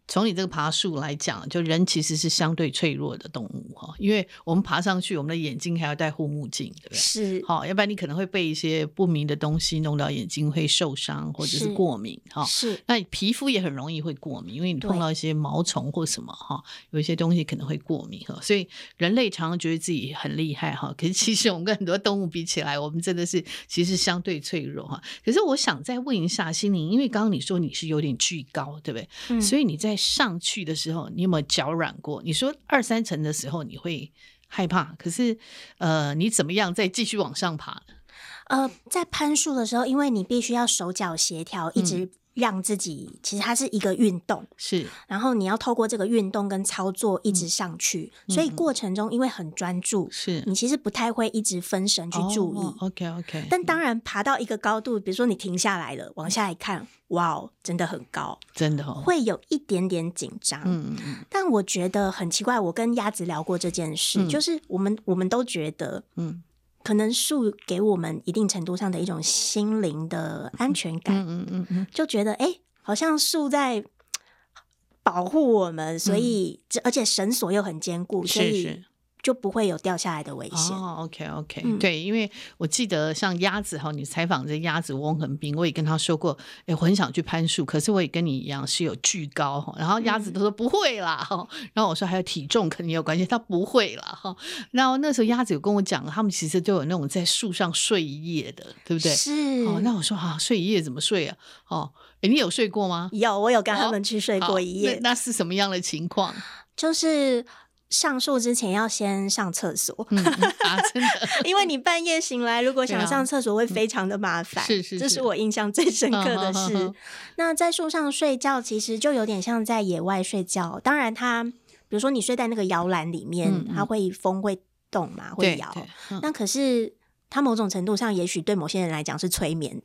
从你这个爬树来讲，就人其实是相对脆弱的动物哈，因为我们爬上去，我们的眼睛还要戴护目镜，对不对？ 是， 好，要不然你可能会被一些不明的东西弄到眼睛会受伤，或者是过敏哈。 是， 那皮肤也很容易会过敏，因为你碰到一些毛虫或什么哈，有一些东西可能会过敏哈。所以人类常常觉得自己很厉害哈，可是其实我们跟很多动物比起来，我们真的是其实相对脆弱哈。可是我想再问一下心灵，因为刚刚你说你是有点惧高，对不对？所以你在上去的时候，你有没有脚软过？你说2、3层的时候你会害怕，可是你怎么样再继续往上爬呢？ 在攀树的时候，因为你必须要手脚协调，一直让自己，其实它是一个运动， 是， 然后你要透过这个运动跟操作一直上去，所以过程中因为很专注， 是你其实不太会一直分神去注意。 OK， 但当然爬到一个高度，比如说你停下来了，往下一看，哇哦，真的很高， 真的会有一点点紧张。但我觉得很奇怪，我跟鸭子聊过这件事，就是我们都觉得，可能树给我们一定程度上的一种心灵的安全感，就觉得好像树在保护我们，所以而且绳索又很坚固，所以就不会有掉下来的危险。 OK， 对，因为我记得像鸭子哈，你采访这鸭子翁恒斌，我也跟他说过，我很想去攀树，可是我也跟你一样是有惧高，然后鸭子都说不会啦，然后我说还有体重肯定有关系，他不会啦哈。然后那时候鸭子有跟我讲，他们其实就有那种在树上睡一夜的，对不对？ 是。 那我说睡一夜怎么睡啊？你有睡过吗？ 有，我有跟他们去睡过一夜。 那是什么样的情况？ 就是上树之前要先上厕所， 真的， 因为你半夜醒来，如果想上厕所会非常的麻烦。 是， 这是我印象最深刻的事。那在树上睡觉，其实就有点像在野外睡觉。当然它，比如说你睡在那个摇篮里面，它会风会动嘛，会摇。那可是它某种程度上，也许对某些人来讲是催眠的。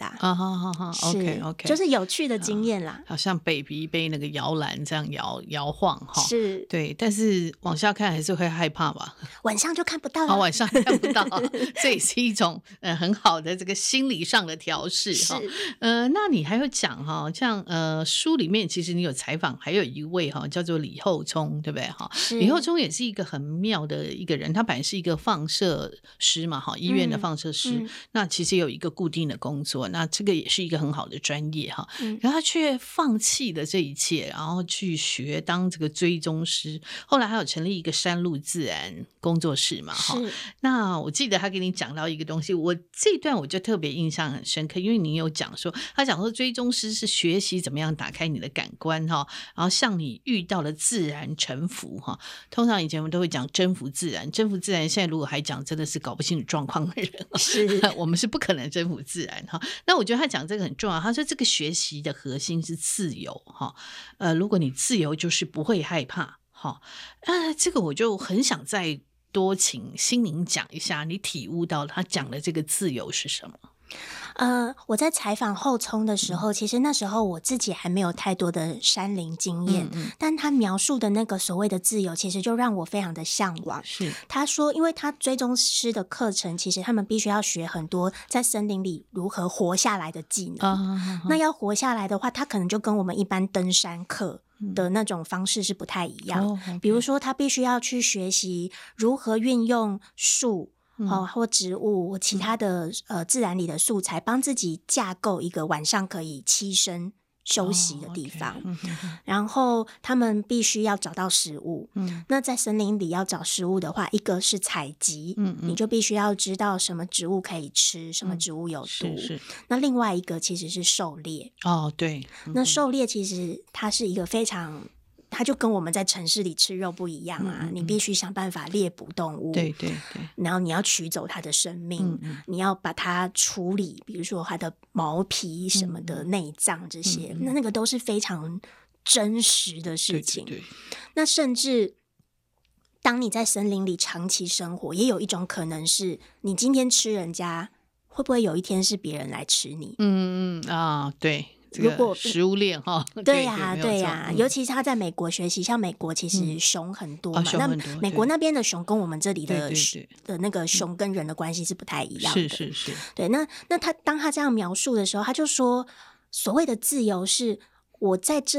OK， 就是有趣的经验啦。 好像 baby 被那个摇篮这样摇晃哈， 是， 对，但是往下看还是会害怕吧？ 晚上就看不到了。 晚上看不到，这也是一种很好的这个心理上的调试哈。那你还有讲哈，像书里面其实你有采访，还有一位哈叫做李厚聪，对不对哈？李厚聪也是一个很妙的一个人，他本来是一个放射师嘛，哈，医院的放射师，那其实有一个固定的工作，那这个也是一个很好的专业哈，然后他却放弃了这一切，然后去学当这个追踪师，后来还有成立一个山路自然工作室嘛哈。那我记得他给你讲到一个东西，我这一段我就特别印象很深刻，因为你有讲说，他讲说追踪师是学习怎么样打开你的感官哈，然后向你遇到了自然臣服哈。通常以前我们都会讲征服自然，征服自然，现在如果还讲真的是搞不清楚状况的人，是我们是不可能征服自然哈。那我觉得他讲这个很重要，他说这个学习的核心是自由哈。如果你自由，就是不会害怕哈。这个我就很想再多请心灵讲一下，你体悟到他讲的这个自由是什么？ 我在采访厚聪的时候，其实那时候我自己还没有太多的山林经验，但他描述的那个所谓的自由，其实就让我非常的向往。 是， 他说，因为他追踪师的课程，其实他们必须要学很多在森林里如何活下来的技能。那要活下来的话，他可能就跟我们一般登山课的那种方式是不太一样。比如说，他必须要去学习如何运用树。或植物或其他的自然里的素材，帮自己架构一个晚上可以栖身休息的地方。然后他们必须要找到食物。那在森林里要找食物的话，一个是采集，你就必须要知道什么植物可以吃，什么植物有毒。那另外一个其实是狩猎。 对。 那狩猎其实它是一个非常。它就跟我们在城市里吃肉不一样啊！你必须想办法猎捕动物， 对， 然后你要取走它的生命，你要把它处理，比如说它的毛皮什么的内脏这些，那个都是非常真实的事情。 对。 那甚至当你在森林里长期生活，也有一种可能是你今天吃人家，会不会有一天是别人来吃你？ 对。 如果食物链哈， 对呀，尤其是他在美国学习，像美国其实熊很多嘛，那美国那边的熊跟我们这里的那个熊跟人的关系是不太一样的， 是， 对。那当他这样描述的时候，他就说，所谓的自由是我在这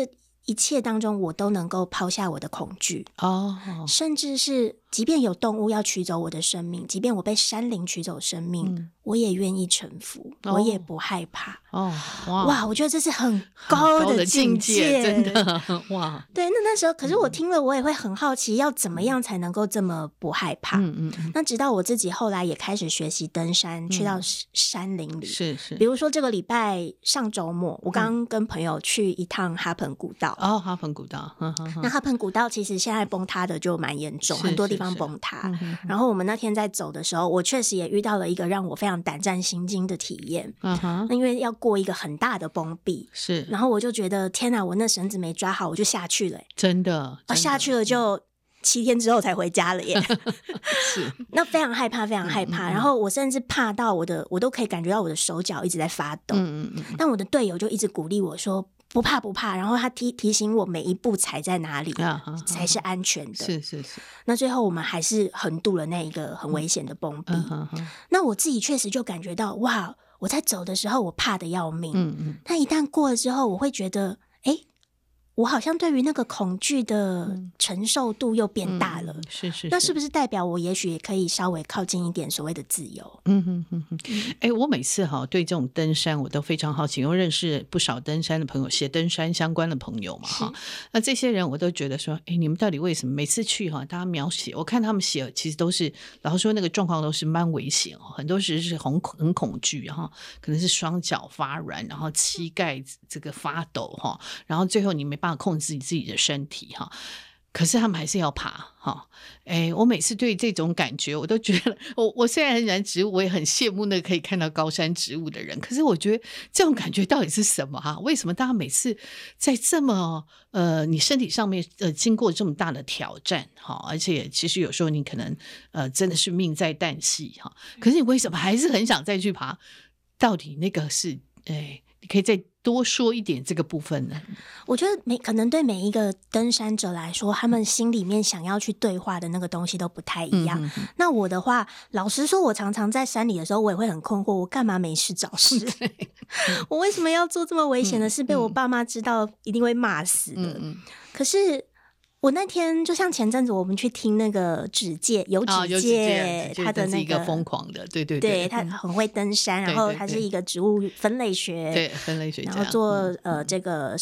一切当中，我都能够抛下我的恐惧甚至是即便有动物要取走我的生命，即便我被山林取走生命，我也愿意臣服，我也不害怕。哇，我觉得这是很高的境界， 真的哇！ 对，那时候，可是我听了，我也会很好奇，要怎么样才能够这么不害怕？那直到我自己后来也开始学习登山，去到山林里， 是。 比如说这个礼拜上周末，我刚跟朋友去一趟哈盆古道。 哈盆古道， 那哈盆古道其实现在崩塌的就蛮严重，很多地方崩塌。然后我们那天在走的时候，我确实也遇到了一个让我非常胆战心惊的体验。因为要过一个很大的崩壁， 是。 然后我就觉得天哪，我那绳子没抓好，我就下去了。 真的下去了就7天之后才回家了耶。 是。 那非常害怕，非常害怕。然后我甚至怕到我都可以感觉到我的手脚一直在发抖。但我的队友就一直鼓励我说不怕不怕，然后他提醒我每一步踩在哪里才是安全的。 是。 那最后我们还是横渡了那一个很危险的崩壁。那我自己确实就感觉到哇，我在走的时候我怕得要命。但一旦过了之后，我会觉得我好像对于那个恐惧的承受度又变大了。 是。 那是不是代表我也许也可以稍微靠近一点所谓的自由？ 我每次对这种登山我都非常好奇，因为认识不少登山的朋友，写登山相关的朋友嘛那这些人我都觉得说你们到底为什么每次去大家描写，我看他们写其实都是然后说那个状况都是蛮危险很多时是很恐惧可能是双脚发软，然后膝盖这个发抖然后最后你没办法控制自己的身体可是他们还是要爬我每次对这种感觉我都觉得我虽然很喜欢植物，我也很羡慕那个可以看到高山植物的人，可是我觉得这种感觉到底是什么为什么大家每次在这么你身体上面经过这么大的挑战而且其实有时候你可能真的是命在旦夕可是你为什么还是很想再去爬？到底那个是你可以再多说一点这个部分呢？ 我觉得可能对每一个登山者来说，他们心里面想要去对话的那个东西都不太一样。那我的话，老实说，我常常在山里的时候，我也会很困惑，我干嘛没事找事？我为什么要做这么危险的事？被我爸妈知道一定会骂死的。可是我那天就像前阵子我们去听那个有指界他的那个疯狂的对他很会登山，然后他是一个植物分类学家， 然后做这个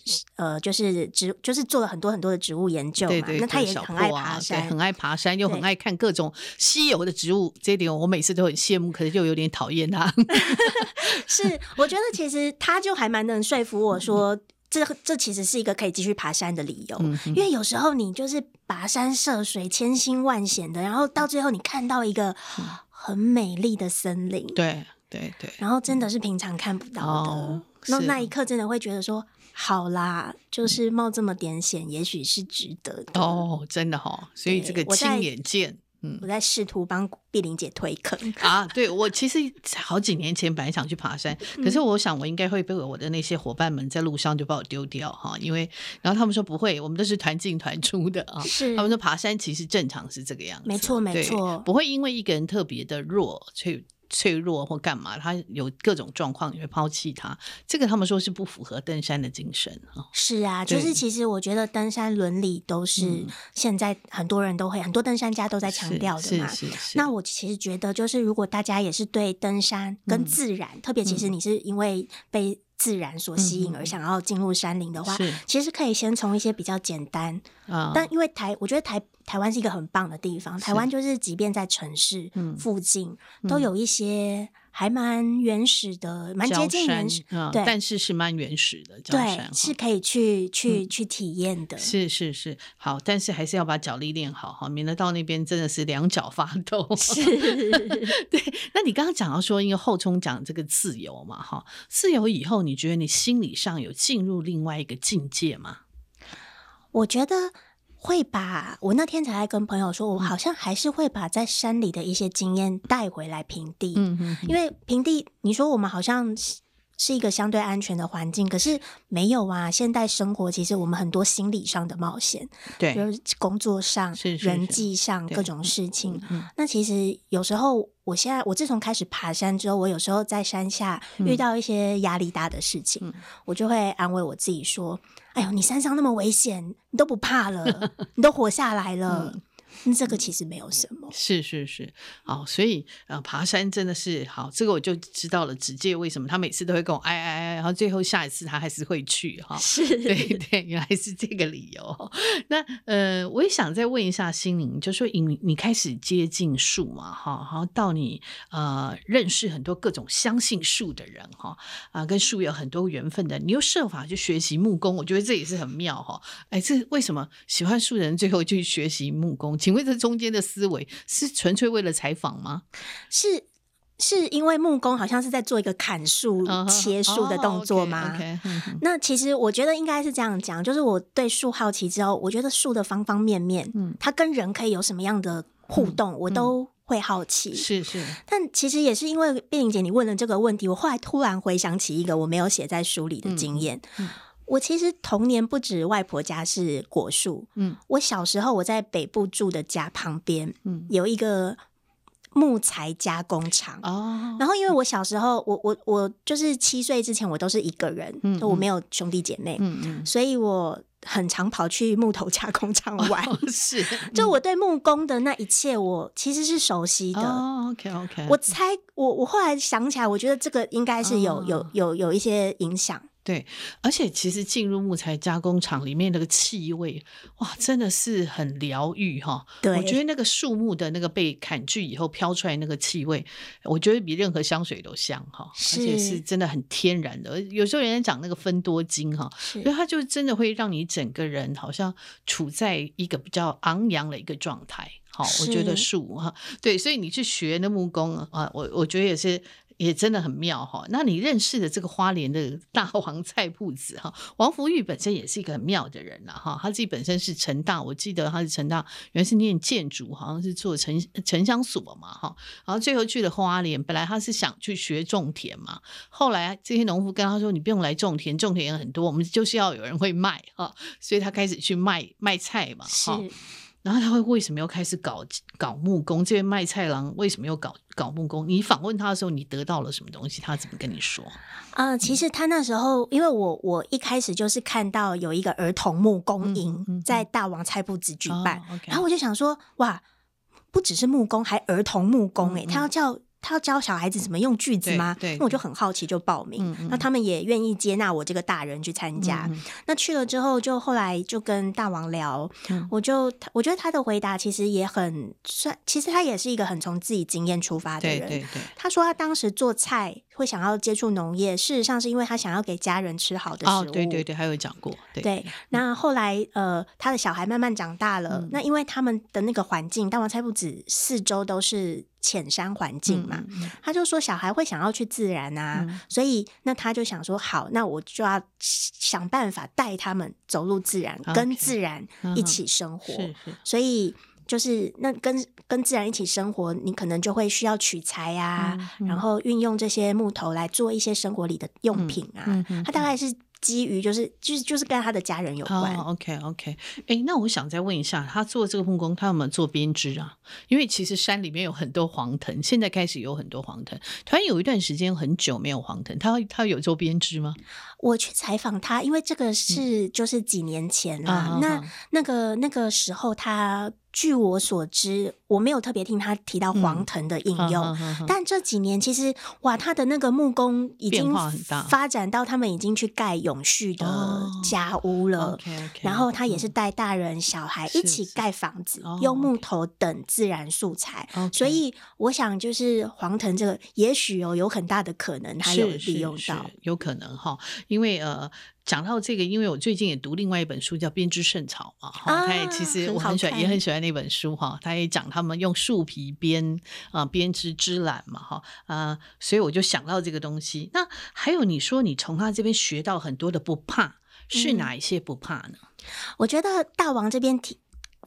就是做了很多很多的植物研究嘛。那他也很爱爬山， 很爱爬山，又很爱看各种稀有的植物，这一点我每次都很羡慕，可是就有点讨厌他。 是，我觉得其实他就还蛮能说服我说这其实是一个可以继续爬山的理由。因为有时候你就是跋山涉水千辛万险的，然后到最后你看到一个很美丽的森林， 对， 然后真的是平常看不到的那一刻真的会觉得说好啦，就是冒这么点险也许是值得的真的所以这个亲眼见我在试图帮碧玲姐推坑对，我其实好几年前本来想去爬山，可是我想我应该会被我的那些伙伴们在路上就把我丢掉因为然后他们说不会，我们都是团进团出的是他们说爬山其实正常是这个样子， 没错， 不会因为一个人特别的脆弱或干嘛，他有各种状况你会抛弃他，这个他们说是不符合登山的精神是啊，就是其实我觉得登山伦理都是现在很多人很多登山家都在强调的嘛。 是那我其实觉得就是如果大家也是对登山跟自然特别其实你是因为被自然所吸引而想要进入山林的话，其实可以先从一些比较简单但因为我觉得台湾是一个很棒的地方，台湾就是即便在城市附近都有一些还蛮原始的，蛮接近原始对， 但是蛮原始的郊山， 对，是可以去体验的。 是好，但是还是要把脚力练好免得到那边真的是两脚发抖。 是对，那你刚刚讲到说因为后冲讲这个自由嘛自由以后你觉得你心理上有进入另外一个境界吗？ 我觉得会把我那天才在跟朋友说，我好像还是会把在山里的一些经验带回来平地。因为平地你说我们好像是一个相对安全的环境，可是没有啊。现代生活其实我们很多心理上的冒险， 对， 比如工作上、人际上各种事情。那其实有时候，我自从开始爬山之后，我有时候在山下遇到一些压力大的事情，我就会安慰我自己说：“哎呦，你山上那么危险，你都不怕了，你都活下来了。”这个其实没有什么， 是好，所以爬山真的是好，这个我就知道了。子介为什么他每次都会跟我哎，然后最后下一次他还是会去哈， 是， 对，原来是这个理由。那我也想再问一下心灵，就说你开始接近树嘛哈，然后到你认识很多各种相信树的人哈跟树有很多缘分的，你又设法去学习木工，我觉得这也是很妙哈。哎，这为什么喜欢树的人最后去学习木工？请问这中间的思维是纯粹为了采访吗？ 是因为木工好像是在做一个砍树、切树的动作吗？那其实我觉得应该是这样讲，就是我对树好奇之后，我觉得树的方方面面，它跟人可以有什么样的互动，我都会好奇。 是， 但其实也是因为碧玲姐你问了这个问题，我后来突然回想起一个我没有写在书里的经验。我其实童年不止外婆家是果树，我小时候我在北部住的家旁边，有一个木材加工厂然后因为我小时候我就是7岁之前我都是一个人，我没有兄弟姐妹，所以我很常跑去木头加工厂玩， 是， 就我对木工的那一切我其实是熟悉的。 OK， 我猜我后来想起来，我觉得这个应该是有一些影响。 对，而且其实进入木材加工厂里面那个气味，哇，真的是很疗愈哈。 对， 我觉得那个树木的那个被砍锯以后飘出来那个气味，我觉得比任何香水都香哈，而且是真的很天然的。有时候人家讲那个芬多精哈，所以它就真的会让你整个人好像处在一个比较昂扬的一个状态。好，我觉得树哈，对，所以你去学那木工啊，我觉得也真的很妙哈。那你认识的这个花莲的大王菜铺子哈，王福玉本身也是一个很妙的人啦哈。他自己本身是成大，我记得他是成大，原来是念建筑，好像是做城乡所嘛哈。然后最后去了花莲，本来他是想去学种田嘛，后来这些农夫跟他说：“你不用来种田，种田也很多，我们就是要有人会卖哈。”所以他开始去卖菜嘛哈。然后他会为什么要开始搞木工？这位卖菜郎为什么要搞木工？你访问他的时候，你得到了什么东西？他怎么跟你说？ 其实他那时候，因为我一开始就是看到有一个儿童木工营在大王菜铺子举办，然后我就想说，哇，不只是木工，还儿童木工他要教小孩子怎么用锯子吗？那我就很好奇，就报名。那他们也愿意接纳我这个大人去参加。那去了之后，就后来就跟大王聊，我觉得他的回答其实也很算，其实他也是一个很从自己经验出发的人。 对， 他说他当时做菜会想要接触农业，事实上是因为他想要给家人吃好的食物。 对，还有讲过。 对，那后来他的小孩慢慢长大了，那因为他们的那个环境，大王菜铺子4周都是浅山环境嘛，他就说小孩会想要去自然啊，所以那他就想说好，那我就要想办法带他们走入自然，跟自然一起生活。所以就是那跟自然一起生活，你可能就会需要取材啊，然后运用这些木头来做一些生活里的用品啊。他大概是基于就是跟他的家人有关。 OK， 那我想再问一下，他做这个木工，他有没有做编织啊？因为其实山里面有很多黄藤，现在开始有很多黄藤，突然有一段时間很久没有黄藤，他有做编织吗？ 我去采访他，因为这个是就是几年前啦，那个时候他。据我所知，我没有特别听他提到黄藤的应用，但这几年其实哇，他的那个木工已经发展到他们已经去盖永续的家屋了。然后他也是带大人小孩一起盖房子，用木头等自然素材。所以我想，就是黄藤这个，也许有很大的可能，他有利用到， 有可能哈，因为讲到这个，因为我最近也读另外一本书叫《编织圣草》嘛，他也其实我也很喜欢那本书哈，他也讲他们用树皮编织织染嘛哈，所以我就想到这个东西。那还有你说你从他这边学到很多的不怕，是哪一些不怕呢？ 我觉得大王这边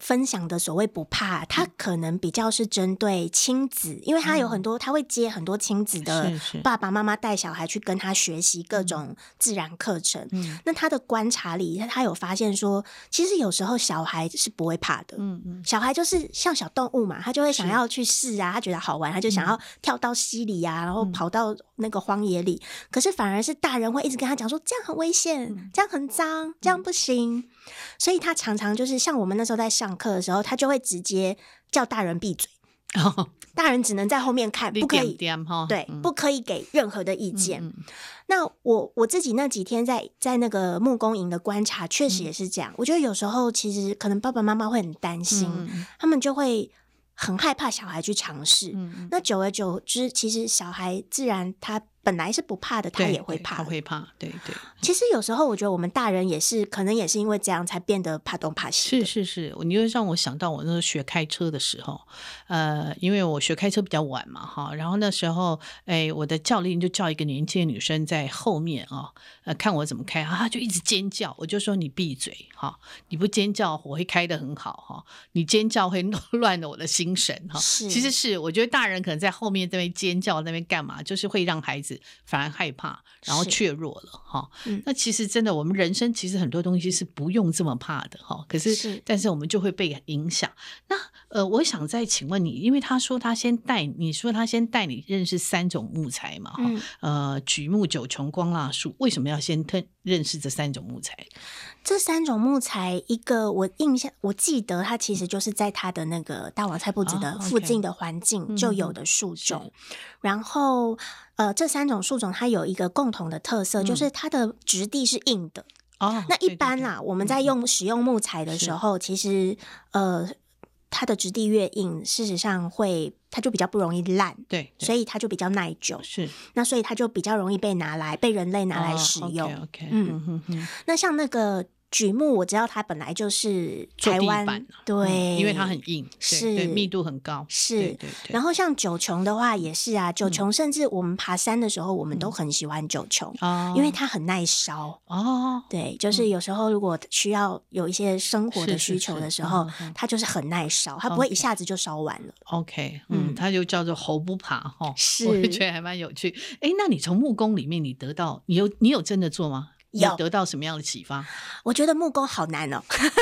分享的所谓不怕，他可能比较是针对亲子，因为他有很多，他会接很多亲子的爸爸妈妈带小孩去跟他学习各种自然课程。那他的观察里，他有发现说，其实有时候小孩是不会怕的。小孩就是像小动物嘛，他就会想要去试啊，他觉得好玩，他就想要跳到溪里啊，然后跑到那个荒野里。可是反而是大人会一直跟他讲说，这样很危险，这样很脏，这样不行。所以他常常就是像我们那时候在上课的时候，他就会直接叫大人闭嘴。大人只能在后面看，不可以对，不可以给任何的意见。那我自己那几天在那个木工营的观察，确实也是这样。我觉得有时候其实可能爸爸妈妈会很担心，他们就会很害怕小孩去尝试。那久而久之，其实小孩自然他本来是不怕的，他也会怕， 他会怕，对。 其实有时候我觉得我们大人也是，可能也是因为这样才变得怕东怕西的。 是，你又让我想到我那时候学开车的时候，因为我学开车比较晚嘛，哈，然后那时候，我的教练就叫一个年轻的女生在后面看我怎么开，她就一直尖叫，我就说你闭嘴哈，你不尖叫我会开得很好哈，你尖叫会乱了我的心神哈。其实是我觉得大人可能在后面那边尖叫那边干嘛，就是会让孩子反而害怕，然后怯弱了哈。那其实真的，我们人生其实很多东西是不用这么怕的哈。可是，但是我们就会被影响。那我想再请问你，因为他说他先带你认识3种木材嘛哈，榉木、九穹、光蜡树，为什么要先认识这3种木材？ 这3种木材，一个我记得它其实就是在它的那个大王菜圃子的附近的环境就有的树种。然后这3种树种它有一个共同的特色，就是它的质地是硬的。那一般啦，我们在使用木材的时候，其实它的质地越硬，事实上它就比较不容易烂， 对， 所以它就比较耐久。是，那所以它就比较容易被人类拿来使用。那像那个榉木，我知道它本来就是台湾对， 因为它很硬， 是对，密度很高， 是。然后像九穹的话也是啊，九穹甚至我们爬山的时候，我们都很喜欢九穹，因为它很耐烧。对，就是有时候如果需要有一些生活的需求的时候，它就是很耐烧，它不会一下子就烧完了。 它就叫做猴不爬哈， 是， 我觉得还蛮有趣。那你从木工里面你得到，你有真的做吗？有得到什么样的启发？ 我觉得木工好难哦。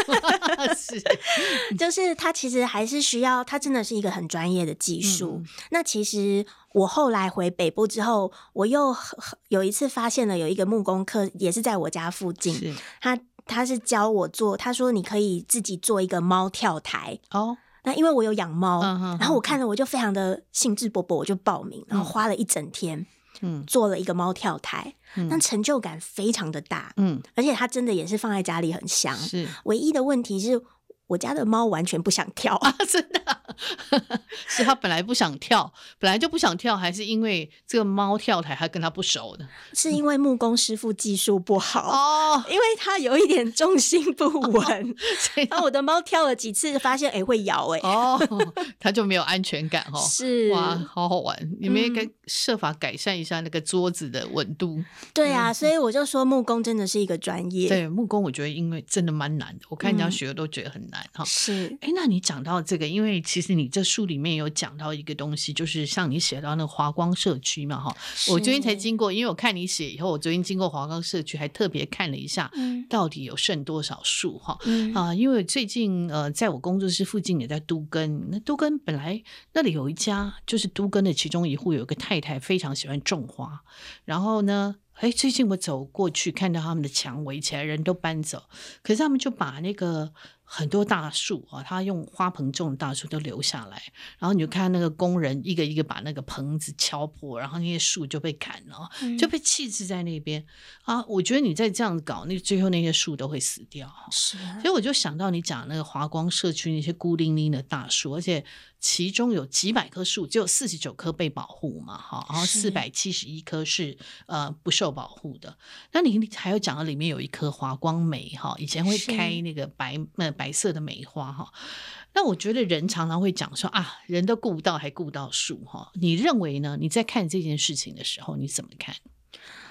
就是它其实还是需要，它真的是一个很专业的技术。那其实我后来回北部之后，我又有一次发现了有一个木工课，也是在我家附近。他是教我做，他说你可以自己做一个猫跳台。那因为我有养猫，然后我看了我就非常的兴致勃勃，我就报名，然后花了一整天。做了一个猫跳台，那成就感非常的大，而且它真的也是放在家里很香。是，唯一的问题是我家的猫完全不想跳真的是它本来不想跳，本来就不想跳，还是因为这个猫跳台它跟它不熟的？ 是因为木工师傅技术不好因为它有一点重心不稳然后我的猫跳了几次发现会摇它就没有安全感是， 哇，好好玩。你们应该设法改善一下那个桌子的稳度。 对啊，所以我就说木工真的是一个专业。 对，木工我觉得因为真的蛮难的，我看人家学的都觉得很难是。 那你讲到这个，因为其实你这书里面有讲到一个东西，就是像你写到那个华光社区嘛我昨天才经过，因为我看你写以后，我昨天经过华光社区还特别看了一下到底有剩多少树因为最近在我工作室附近也在都更，那都更本来那里有一家就是都更的其中一户有个太太非常喜欢种花，然后呢最近我走过去看到他们的墙围起来，人都搬走，可是他们就把那个很多大树他用花棚种的大树都留下来，然后你就看那个工人一个一个把那个棚子敲破，然后那些树就被砍了就被弃置在那边我觉得你再这样搞，最后那些树都会死掉是， 所以我就想到你讲那个华光社区那些孤零零的大树，而且其中有几百棵树，只有49棵被保护嘛然后471棵是不受保护的。那你还有讲到里面有一棵华光梅以前会开那个白色的梅花那我觉得人常常会讲说人都顾不到还顾到树你认为呢？你在看这件事情的时候你怎么看？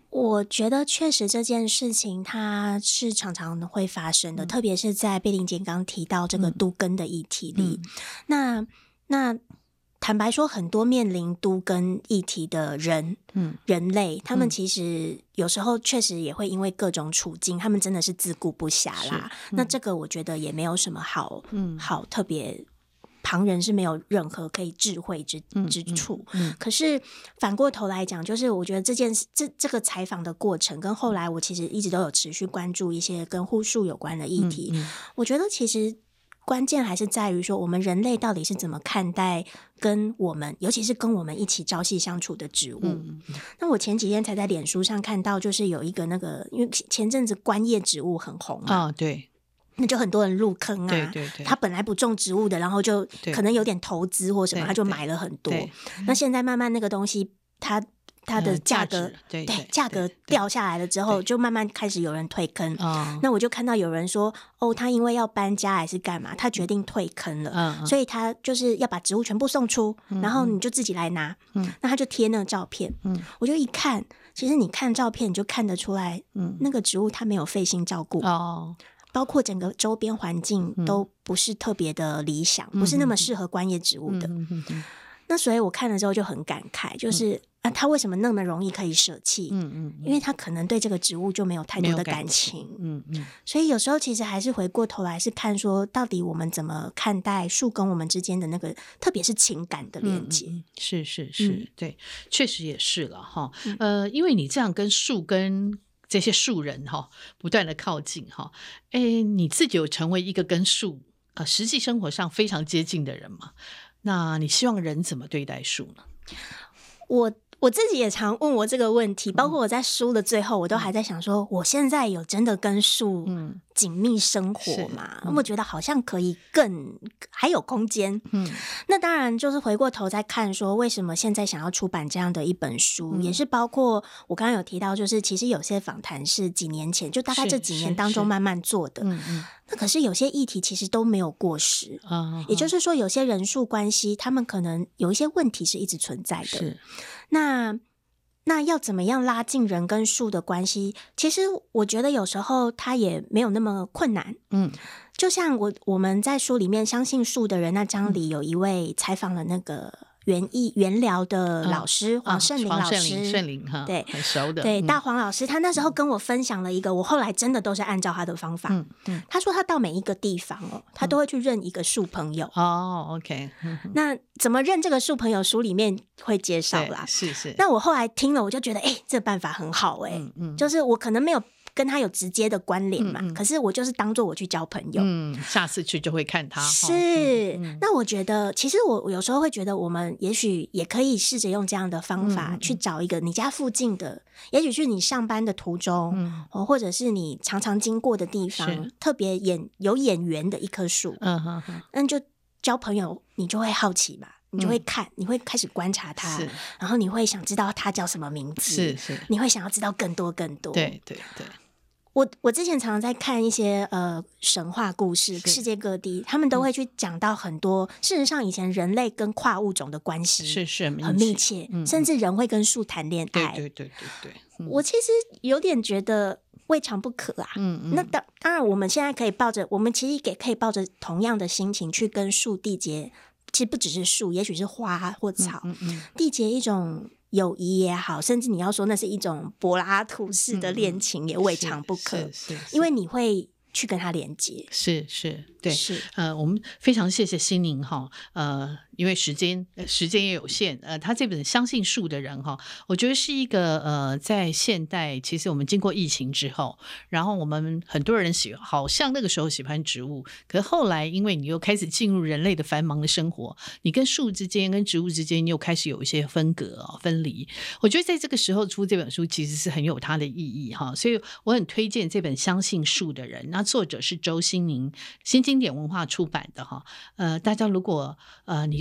我觉得确实这件事情它是常常会发生的，特别是在贝玲姐刚提到这个都更的议题里。那坦白说，很多面临都更议题的人类，他们其实有时候确实也会因为各种处境，他们真的是自顾不暇啦。那这个我觉得也没有什么好特别。旁人是没有任何可以智慧之处，可是反过头来讲，就是我觉得这个采访的过程，跟后来我其实一直都有持续关注一些跟护树有关的议题，我觉得其实关键还是在于说，我们人类到底是怎么看待跟我们，尤其是跟我们一起朝夕相处的植物。那我前几天才在脸书上看到，就是有一个那个，因为前阵子观叶植物很红嘛， 对。 那就很多人入坑啊， 对， 他本来不种植物的，然后就可能有点投资或什么，他就买了很多。那现在慢慢那个东西，它的价格价格掉下来了之后，就慢慢开始有人退坑。那我就看到有人说，他因为要搬家还是干嘛，他决定退坑了，所以他就是要把植物全部送出，然后你就自己来拿。那他就贴那个照片，我就一看，其实你看照片你就看得出来，那个植物它没有费心照顾。包括整个周边环境都不是特别的理想，不是那么适合观叶植物的。那所以我看了之后就很感慨，就是他为什么那么容易可以舍弃？因为他可能对这个植物就没有太多的感情。所以有时候其实还是回过头来是看说，到底我们怎么看待树跟我们之间的那个，特别是情感的连接。 是，对，确实也是了哈。因为你这样跟树跟这些树人不断的靠近你自己有成为一个跟树实际生活上非常接近的人吗？那你希望人怎么对待树呢？ 我自己也常问我这个问题，包括我在书的最后，我都还在想说，我现在有真的跟树紧密生活吗？我觉得好像可以还有空间。那当然就是回过头再看说，为什么现在想要出版这样的一本书，也是包括我刚刚有提到，就是其实有些访谈是几年前，就大概这几年当中慢慢做的。那可是有些议题其实都没有过时，也就是说有些人树关系他们可能有一些问题是一直存在的。那要怎么样拉近人跟树的关系，其实我觉得有时候它也没有那么困难。就像我们在书里面相信树的人那章里有一位采访了那个原疗的老师黄圣林老师， 圣林对，很熟的， 对，大黄老师，他那时候跟我分享了一个，我后来真的都是按照他的方法。他说他到每一个地方他都会去认一个树朋友。 OK， 那怎么认这个树朋友，书里面会介绍啦。 是。 那我后来听了，我就觉得，这办法很好就是我可能没有跟他有直接的关联嘛，可是我就是当做我去交朋友， 下次去就会看他。 是，那我觉得其实我有时候会觉得，我们也许也可以试着用这样的方法去找一个你家附近的，也许是你上班的途中，或者是你常常经过的地方，特别有眼缘的一棵树，那就交朋友，你就会好奇嘛。你就会看，你会开始观察他，然后你会想知道他叫什么名字，你会想要知道更多。 对。 我之前常常在看一些神话故事，世界各地他们都会去讲到很多。事实上，以前人类跟跨物种的关系是很密切，甚至人会跟树谈恋爱。 对。 我其实有点觉得未尝不可啊。那当然，我们现在可以我们其实也可以抱着同样的心情去跟树缔结。其实不只是树，也许是花或草，缔结一种友谊也好，甚至你要说那是一种柏拉图式的恋情，也未尝不可。因为你会去跟他连接。 是，对，我们非常谢谢心宁因为时间也有限，他这本《相信树的人》我觉得是一个在现代，其实我们经过疫情之后，然后我们很多人好像那个时候喜欢植物，可是后来因为你又开始进入人类的繁忙的生活，你跟树之间跟植物之间又开始有一些分离。我觉得在这个时候出这本书其实是很有它的意义所以我很推荐这本《相信树的人》，那作者是周心宁，新经典文化出版的大家如果你对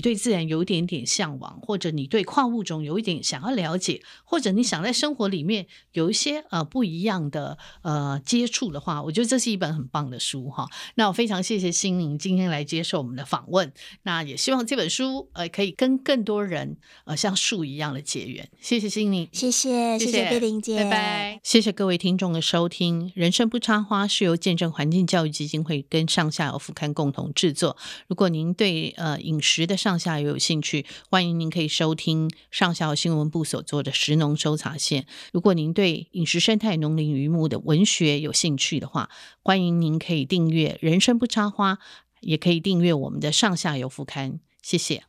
对自然有一点点向往，或者你对矿物种有一点想要了解，或者你想在生活里面有一些不一样的接触的话，我觉得这是一本很棒的书哈。那我非常谢谢心宁今天来接受我们的访问，那也希望这本书可以跟更多人像树一样的结缘。谢谢心宁， 谢谢贝玲姐， 拜拜。谢谢各位听众的收听。人生不插花是由见证环境教育基金会跟上下游副刊共同制作。如果您对饮食的上下游有兴趣，欢迎您可以收听上下游新闻部所做的食农搜查线。如果您对饮食生态、农林渔牧的文学有兴趣的话，欢迎您可以订阅人生不插花，也可以订阅我们的上下游副刊。谢谢。